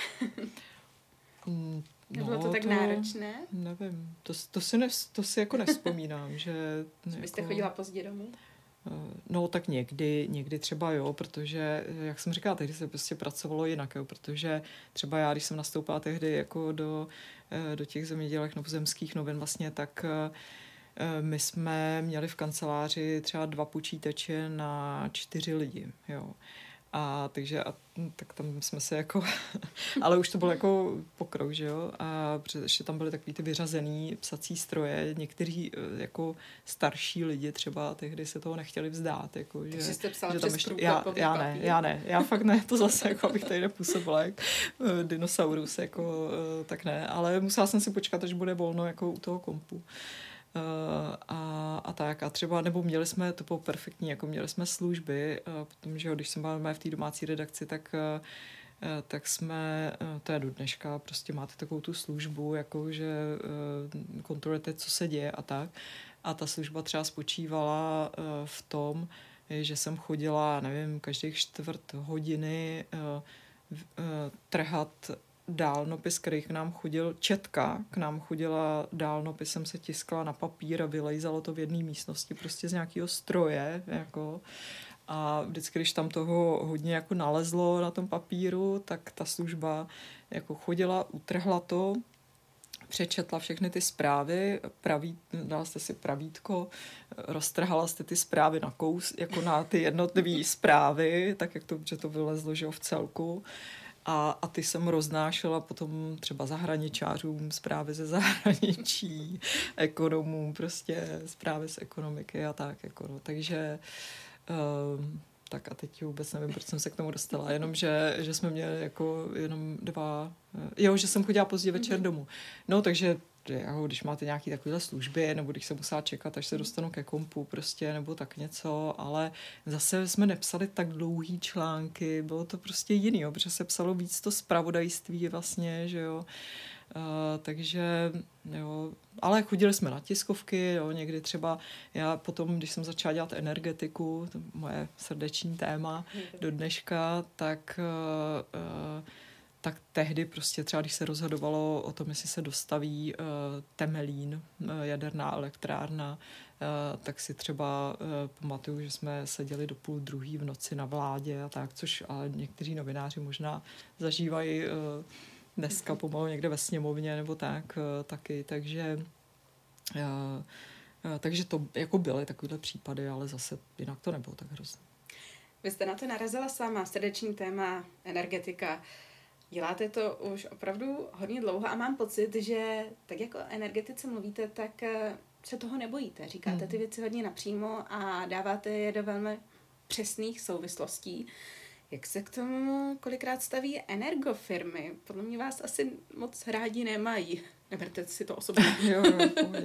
No, Nebylo to tak to, náročné? Nevím, to, to, si, ne, to si jako nevzpomínám, že... Vy jako, jste chodila pozdě domů? No tak někdy, někdy třeba jo, protože, jak jsem říkala, tehdy se prostě pracovalo jinak, jo, protože třeba já, když jsem nastoupila tehdy jako do, do těch zemědělek nebo zemských novin vlastně, tak my jsme měli v kanceláři třeba dva počítače na čtyři lidi, jo. A takže a, tak tam jsme se jako, ale už to bylo jako pokrok, že jo, a ještě tam byly takový ty vyřazený psací stroje, někteří jako starší lidi třeba tehdy se toho nechtěli vzdát, jako, že, jste psala že přes tam ještě, já, já ne, já ne, já fakt ne, to zase jako abych tady nepůsobila jak uh, dinosaurus, jako uh, tak ne, ale musela jsem si počkat, až bude volno jako u toho kompu. Uh, a, a tak a třeba, nebo měli jsme, to bylo perfektní, jako měli jsme služby, uh, potom, že jo, když jsem byla v té domácí redakci, tak, uh, tak jsme, uh, to je do dneška, prostě máte takovou tu službu, jako že uh, kontrolujete, co se děje a tak. A ta služba třeba spočívala uh, v tom, že jsem chodila, nevím, každých čtvrt hodiny uh, uh, trhat dálnopis, který k nám chodil, četka k nám chodila dálnopisem, se tiskla na papír a vylejzalo to v jedné místnosti prostě z nějakého stroje, jako. A vždycky, když tam toho hodně jako nalezlo na tom papíru, tak ta služba jako chodila, utrhla to, přečetla všechny ty zprávy, praví, dala jste si pravítko, roztrhala jste ty zprávy na kous, jako na ty jednotlivé zprávy, tak jak to, že to vylezlo, že jo, v celku. A, a ty jsem roznášela potom třeba zahraničářům zprávy ze zahraničí, ekonomům, prostě zprávy z ekonomiky a tak. Jako, no. Takže um, tak a teď vůbec nevím, proč jsem se k tomu dostala, jenom, že, že jsme měli jako jenom dva, jo, že jsem chodila pozdě večer mm-hmm. domů. No, takže jako, když máte nějaké takovéhle služby, nebo když se musela čekat, až se dostanu ke kompu prostě, nebo tak něco, ale zase jsme nepsali tak dlouhý články, bylo to prostě jiný, jo, protože se psalo víc to zpravodajství vlastně, že jo. Uh, takže, jo, ale chodili jsme na tiskovky, jo, někdy třeba já potom, když jsem začala dělat energetiku, to moje srdeční téma do dneška, tak uh, uh, tak tehdy prostě třeba, když se rozhodovalo o tom, jestli se dostaví uh, Temelín, uh, jaderná elektrárna, uh, tak si třeba uh, pamatuju, že jsme seděli do půl druhý v noci na vládě a tak, což ale někteří novináři možná zažívají uh, dneska pomalu někde ve sněmovně nebo tak uh, taky, takže uh, uh, takže to jako byly takovéhle případy, ale zase jinak to nebylo tak hrozné. Vy jste na to narazila sama, srdeční téma energetika. Děláte to už opravdu hodně dlouho a mám pocit, že tak jako o energetice mluvíte, tak se toho nebojíte. Říkáte ty věci hodně napřímo a dáváte je do velmi přesných souvislostí. Jak se k tomu kolikrát staví energofirmy? Podle mě vás asi moc rádi nemají. Neberte si to osobně. jo, jo,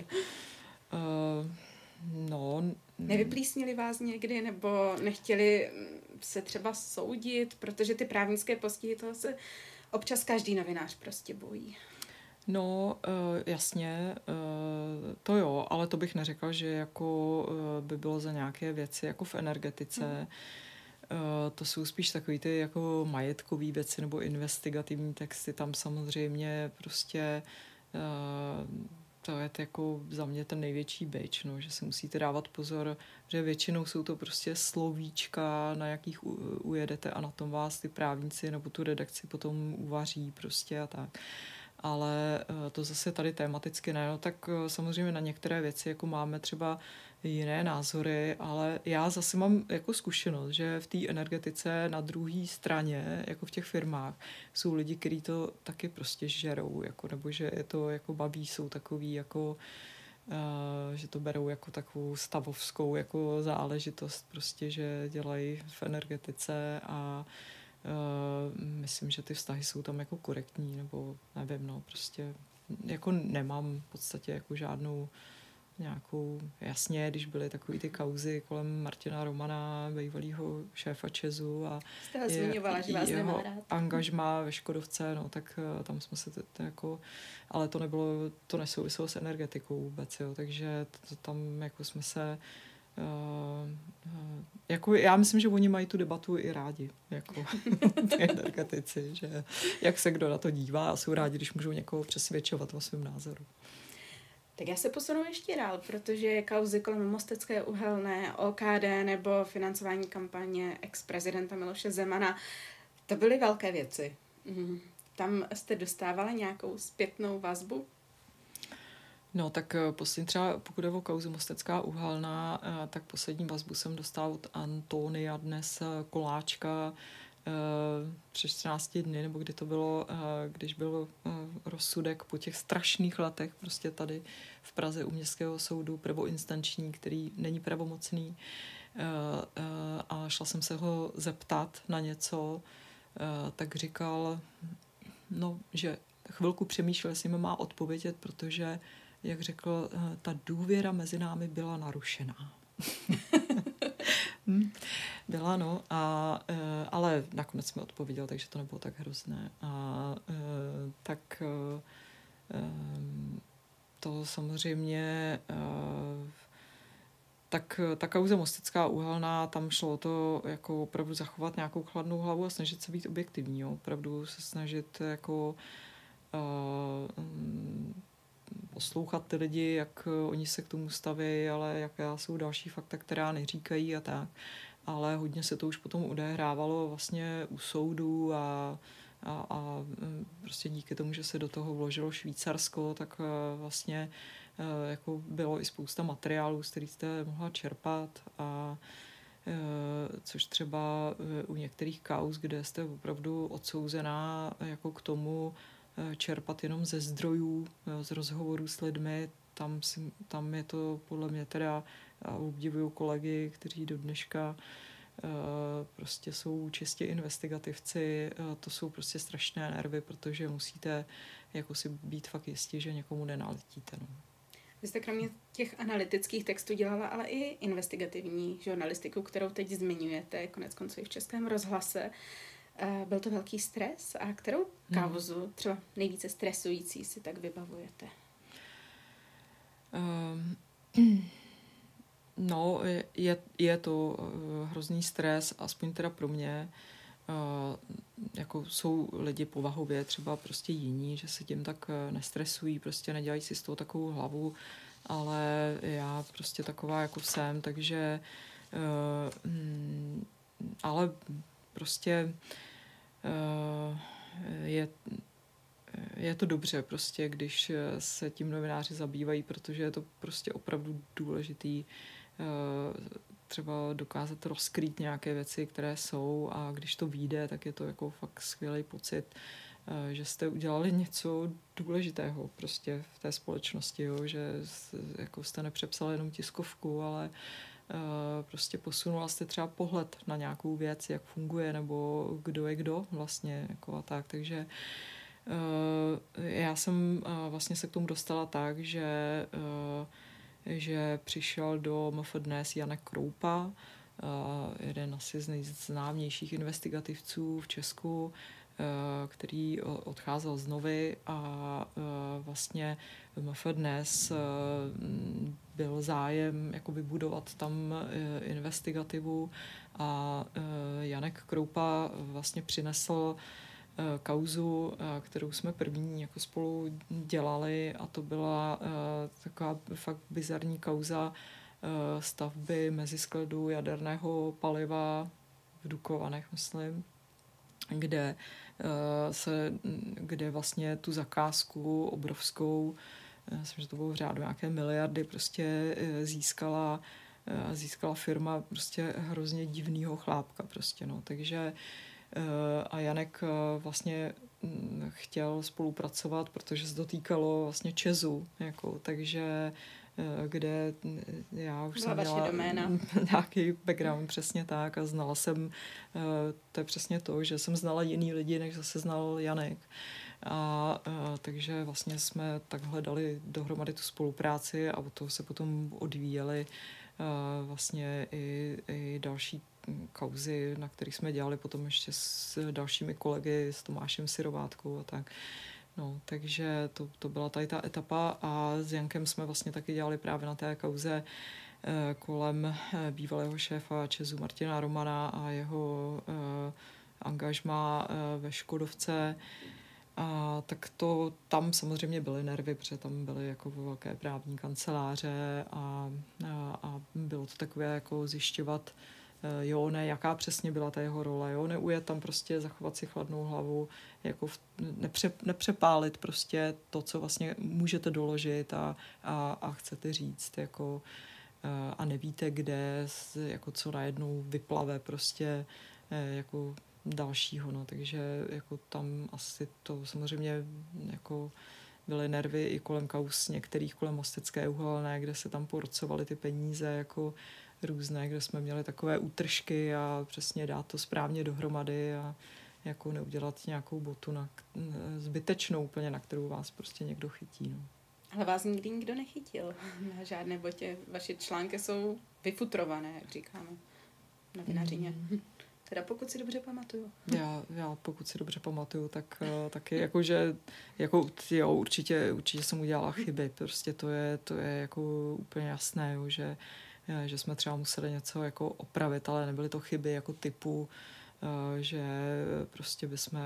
uh, no... Nevyplísnili vás někdy nebo nechtěli se třeba soudit, protože ty právnické postihy, toho se občas každý novinář prostě bojí. No, uh, jasně, uh, to jo, ale to bych neřekla, že jako uh, by bylo za nějaké věci jako v energetice. Hmm. Uh, to jsou spíš takový ty jako majetkový věci nebo investigativní texty, tam samozřejmě prostě uh, to je jako za mě ten největší bič, no, že si musíte dávat pozor, že většinou jsou to prostě slovíčka, na jakých u, ujedete a na tom vás ty právníci nebo tu redakci potom uvaří prostě a tak. Ale to zase tady tematicky ne, no, tak samozřejmě na některé věci jako máme třeba jiné názory, ale já zase mám jako zkušenost, že v té energetice na druhé straně, jako v těch firmách, jsou lidi, kteří to taky prostě žerou, jako, nebo že je to jako baví, jsou takový jako, uh, že to berou jako takovou stavovskou jako záležitost, prostě, že dělají v energetice a uh, myslím, že ty vztahy jsou tam jako korektní, nebo nevím, no, prostě jako nemám v podstatě jako žádnou nějakou, jasně, když byly takový ty kauzy kolem Martina Romana, bývalýho šéfa Česu a jste zmiňovala, že vás nemá rád. Angažmá ve Škodovce, no, tak tam jsme se to, to jako, ale to nebylo, to nesouviselo s energetikou vůbec, jo, takže to, to tam jako jsme se Uh, uh, jako já myslím, že oni mají tu debatu i rádi, jako ty energetici, že jak se kdo na to dívá a jsou rádi, když můžou někoho přesvědčovat o svém názoru. Tak já se posunu ještě dál, protože kauzy kolem Mostecké uhelné, O K D nebo financování kampaně ex-prezidenta Miloše Zemana, to byly velké věci. Mhm. Tam jste dostávala nějakou zpětnou vazbu? No tak poslední třeba, pokud je o kauzu Mostecká uhelná, tak poslední vazbu jsem dostala od Antonia dnes Koláčka přes čtrnáct dny, nebo kdy to bylo, když byl rozsudek po těch strašných letech prostě tady v Praze u Městského soudu prvoinstanční, který není pravomocný. A šla jsem se ho zeptat na něco, tak říkal, no, že chvilku přemýšlel, jestli mi má odpovědět, protože jak řekl, ta důvěra mezi námi byla narušená. Byla, no, a, ale nakonec mi odpověděl, takže to nebylo tak hrozné. A tak to samozřejmě tak ta kauza Mostecká uhelná, tam šlo o to jako opravdu zachovat nějakou chladnou hlavu a snažit se být objektivní, jo. Opravdu se snažit jako poslouchat ty lidi, jak oni se k tomu staví, ale jaké jsou další fakta, která neříkají a tak. Ale hodně se to už potom odehrávalo vlastně u soudu a, a, a prostě díky tomu, že se do toho vložilo Švýcarsko, tak vlastně jako bylo i spousta materiálů, z kterých jste mohla čerpat a což třeba u některých kauz, kde jste opravdu odsouzená jako k tomu čerpat jenom ze zdrojů, z rozhovorů s lidmi, tam, si, tam je to podle mě teda, já obdivuju kolegy, kteří do dneška prostě jsou čistě investigativci, to jsou prostě strašné nervy, protože musíte jako si být fakt jistí, že někomu nenaletíte. No. Vy jste kromě těch analytických textů dělala ale i investigativní žurnalistiku, kterou teď zmiňujete, konec konců i v Českém rozhlase. Byl to velký stres a kterou kauzu, třeba nejvíce stresující, si tak vybavujete? Um, no, je, je to hrozný stres, aspoň teda pro mě. Uh, jako jsou lidi povahově třeba prostě jiní, že se tím tak nestresují, prostě nedělají si z toho takovou hlavu, ale já prostě taková jako jsem, takže uh, mm, ale prostě uh, je, je to dobře prostě, když se tím novináři zabývají, protože je to prostě opravdu důležitý uh, třeba dokázat rozkrýt nějaké věci, které jsou, a když to vyjde, tak je to jako fakt skvělý pocit, že jste udělali něco důležitého prostě v té společnosti, jo? Že jako jste nepřepsali jenom tiskovku, ale prostě posunula jste třeba pohled na nějakou věc, jak funguje, nebo kdo je kdo vlastně, jako a tak, takže já jsem vlastně se k tomu dostala tak, že že přišel do M F Dnes Janek Kroupa, jeden asi z nejznámějších investigativců v Česku, který odcházel z Novy, a vlastně v M F Dnes byl zájem jako vybudovat tam investigativu, a Janek Kroupa vlastně přinesl kauzu, kterou jsme první jako spolu dělali, a to byla uh, taková fakt bizarní kauza uh, stavby meziskladu jaderného paliva v Dukovanech, myslím, kde uh, se, kde vlastně tu zakázku obrovskou, uh, myslím, že to bylo v řádu nějaké miliardy, prostě uh, získala uh, získala firma prostě hrozně divnýho chlápka prostě, no, takže a Janek vlastně chtěl spolupracovat, protože se to týkalo vlastně Česu, jako, takže kde já už jsem měla nějaký background přesně tak, a znala jsem, to je přesně to, že jsem znala jiný lidi, než zase znal Janek. A, a takže vlastně jsme tak hledali dohromady tu spolupráci, a od toho se potom odvíjely vlastně i, i další kauzy, na kterých jsme dělali potom ještě s dalšími kolegy, s Tomášem Syrovátkou a tak. No, takže to, to byla tady ta etapa, a s Jankem jsme vlastně taky dělali právě na té kauze eh, kolem eh, bývalého šéfa Česu Martina Romana a jeho eh, angažmá eh, ve Škodovce. A tak to tam samozřejmě byly nervy, protože tam byly jako velké právní kanceláře, a, a, a bylo to takové jako zjišťovat, jo, ne, jaká přesně byla ta jeho role, jo, neujet tam prostě, zachovat si chladnou hlavu, jako v, nepře, nepřepálit prostě to, co vlastně můžete doložit a, a, a chcete říct, jako, a nevíte, kde, jako co najednou vyplave prostě, jako dalšího, no, takže jako tam asi to samozřejmě jako byly nervy i kolem kauz některých, kolem Mostecké uhelné, kde se tam porcovaly ty peníze jako různé, kde jsme měli takové útržky a přesně dát to správně dohromady a jako neudělat nějakou botu na, zbytečnou úplně, na kterou vás prostě někdo chytí. No. Ale vás nikdy nikdo nechytil na žádné botě. Vaše články jsou vyfutrované, jak říkáme na vinařině. Mm. Teda pokud si dobře pamatuju. Já, já pokud si dobře pamatuju, tak taky jakože, jako, jo, určitě, určitě jsem udělala chyby. Prostě to je, to je jako úplně jasné, jo, že, že jsme třeba museli něco jako opravit, ale nebyly to chyby jako typu, že prostě bychom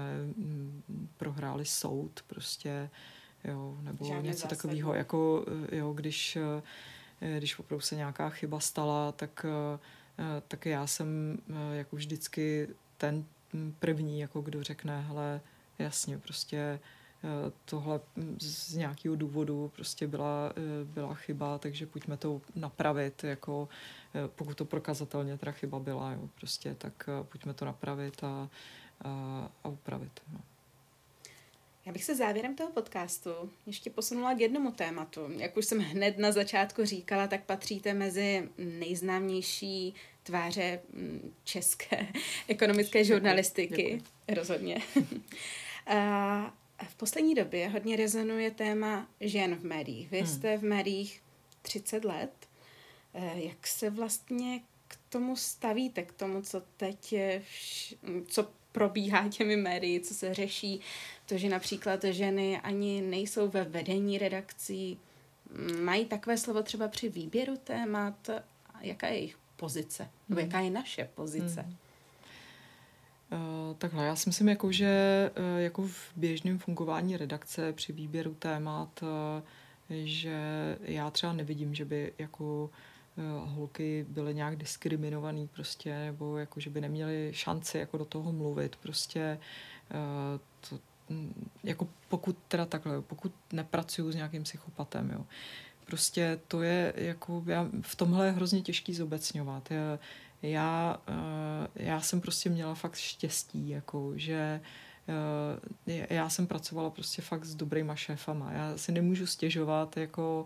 prohráli soud, prostě, jo, nebo žádné něco zásadní. Takového, jako, jo, když, když opravdu se nějaká chyba stala, tak tak já jsem jako vždycky ten první, jako kdo řekne, hele, jasně, prostě tohle z nějakého důvodu prostě byla, byla chyba, takže pojďme to napravit, jako pokud to prokazatelně teda chyba byla, jo, prostě, tak pojďme to napravit a, a, a upravit. No. Já bych se závěrem toho podcastu ještě posunula k jednomu tématu. Jak už jsem hned na začátku říkala, tak patříte mezi nejznámější tváře české ekonomické žurnalistiky. Děkuji. Rozhodně. A v poslední době hodně rezonuje téma žen v médiích. Vy hmm. jste v médiích třicet let. Jak se vlastně k tomu stavíte, k tomu, co teď je, co probíhá těmi médii, co se řeší, to, že například ženy ani nejsou ve vedení redakcí, mají takové slovo třeba při výběru témat, jaká je jejich pozice, nebo jaká je naše pozice? Hmm. Uh, takhle, já si myslím, jako, že uh, jako v běžném fungování redakce při výběru témat, uh, že já třeba nevidím, že by jako holky byly nějak diskriminovaný prostě, nebo jako, že by neměly šanci jako do toho mluvit prostě, to, jako pokud teda takhle, pokud nepracuju s nějakým psychopatem, jo. Prostě to je jako, já, v tomhle je hrozně těžký zobecňovat. Já, já, já jsem prostě měla fakt štěstí, jako, že já jsem pracovala prostě fakt s dobrýma šéfama. Já si nemůžu stěžovat, jako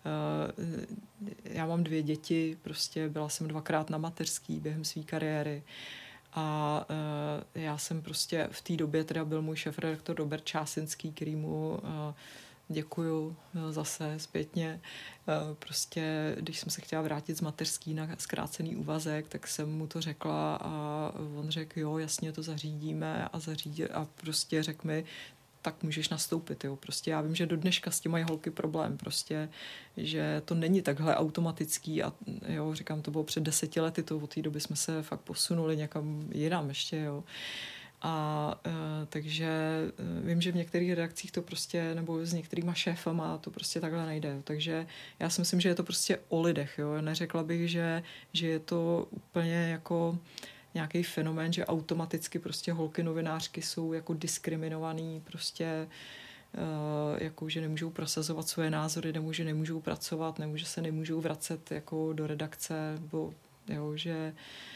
já mám dvě děti, prostě byla jsem dvakrát na mateřský během své kariéry a já jsem prostě v té době teda byl můj šéfredaktor Robert Čásinský, kterýmu děkuju zase zpětně. Prostě, když jsem se chtěla vrátit z mateřský na zkrácený úvazek, tak jsem mu to řekla a on řekl, jo, jasně, to zařídíme a zařídí a prostě řekl mi, tak můžeš nastoupit, jo. Prostě já vím, že do dneška s tím mají holky problém, prostě, že to není takhle automatický a jo, říkám, to bylo před deseti lety, to od té doby jsme se fakt posunuli někam jinam ještě, jo. A e, takže e, vím, že v některých redakcích to prostě, nebo s některýma šéfama to prostě takhle nejde. Jo. Takže já si myslím, že je to prostě o lidech. Jo. Neřekla bych, že, že je to úplně jako nějaký fenomén, že automaticky prostě holky novinářky jsou jako diskriminovaný, prostě e, jako, že nemůžou prosazovat svoje názory, nebo že nemůžou pracovat, nebo že se nemůžou vracet jako do redakce, nebo jo, že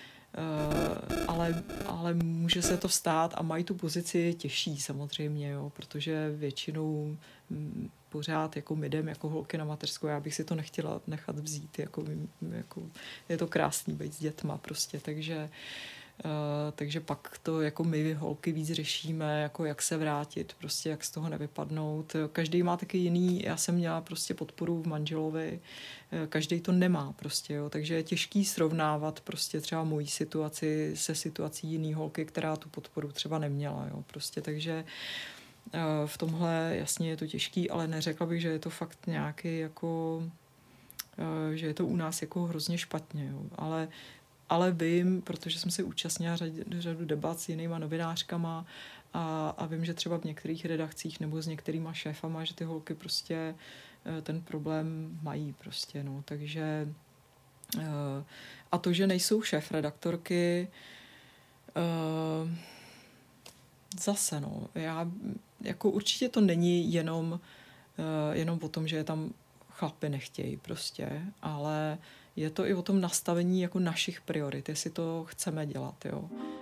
Uh, ale, ale může se to stát a mají tu pozici těžší samozřejmě, jo, protože většinou m, pořád jako my jdem jako holky na mateřskou, já bych si to nechtěla nechat vzít, jako, jako, je to krásný být s dětma prostě, takže Uh, takže pak to jako my holky víc řešíme, jako jak se vrátit, prostě jak z toho nevypadnout. Každý má taky jiný, já jsem měla prostě podporu v manželovi, každý to nemá prostě, jo, takže je těžký srovnávat prostě třeba mojí situaci se situací jiný holky, která tu podporu třeba neměla, jo, prostě, takže uh, v tomhle jasně je to těžký, ale neřekla bych, že je to fakt nějaký jako, uh, že je to u nás jako hrozně špatně, jo, ale Ale vím, protože jsem si účastnila řadu, řadu debat s jinýma novinářkama a, a vím, že třeba v některých redakcích nebo s některýma šéfama, že ty holky prostě ten problém mají prostě, no, takže a to, že nejsou šéfredaktorky, zase, no, já, jako určitě to není jenom, jenom o tom, že je tam chlapi nechtějí prostě, ale je to i o tom nastavení jako našich priorit, jestli to chceme dělat, jo.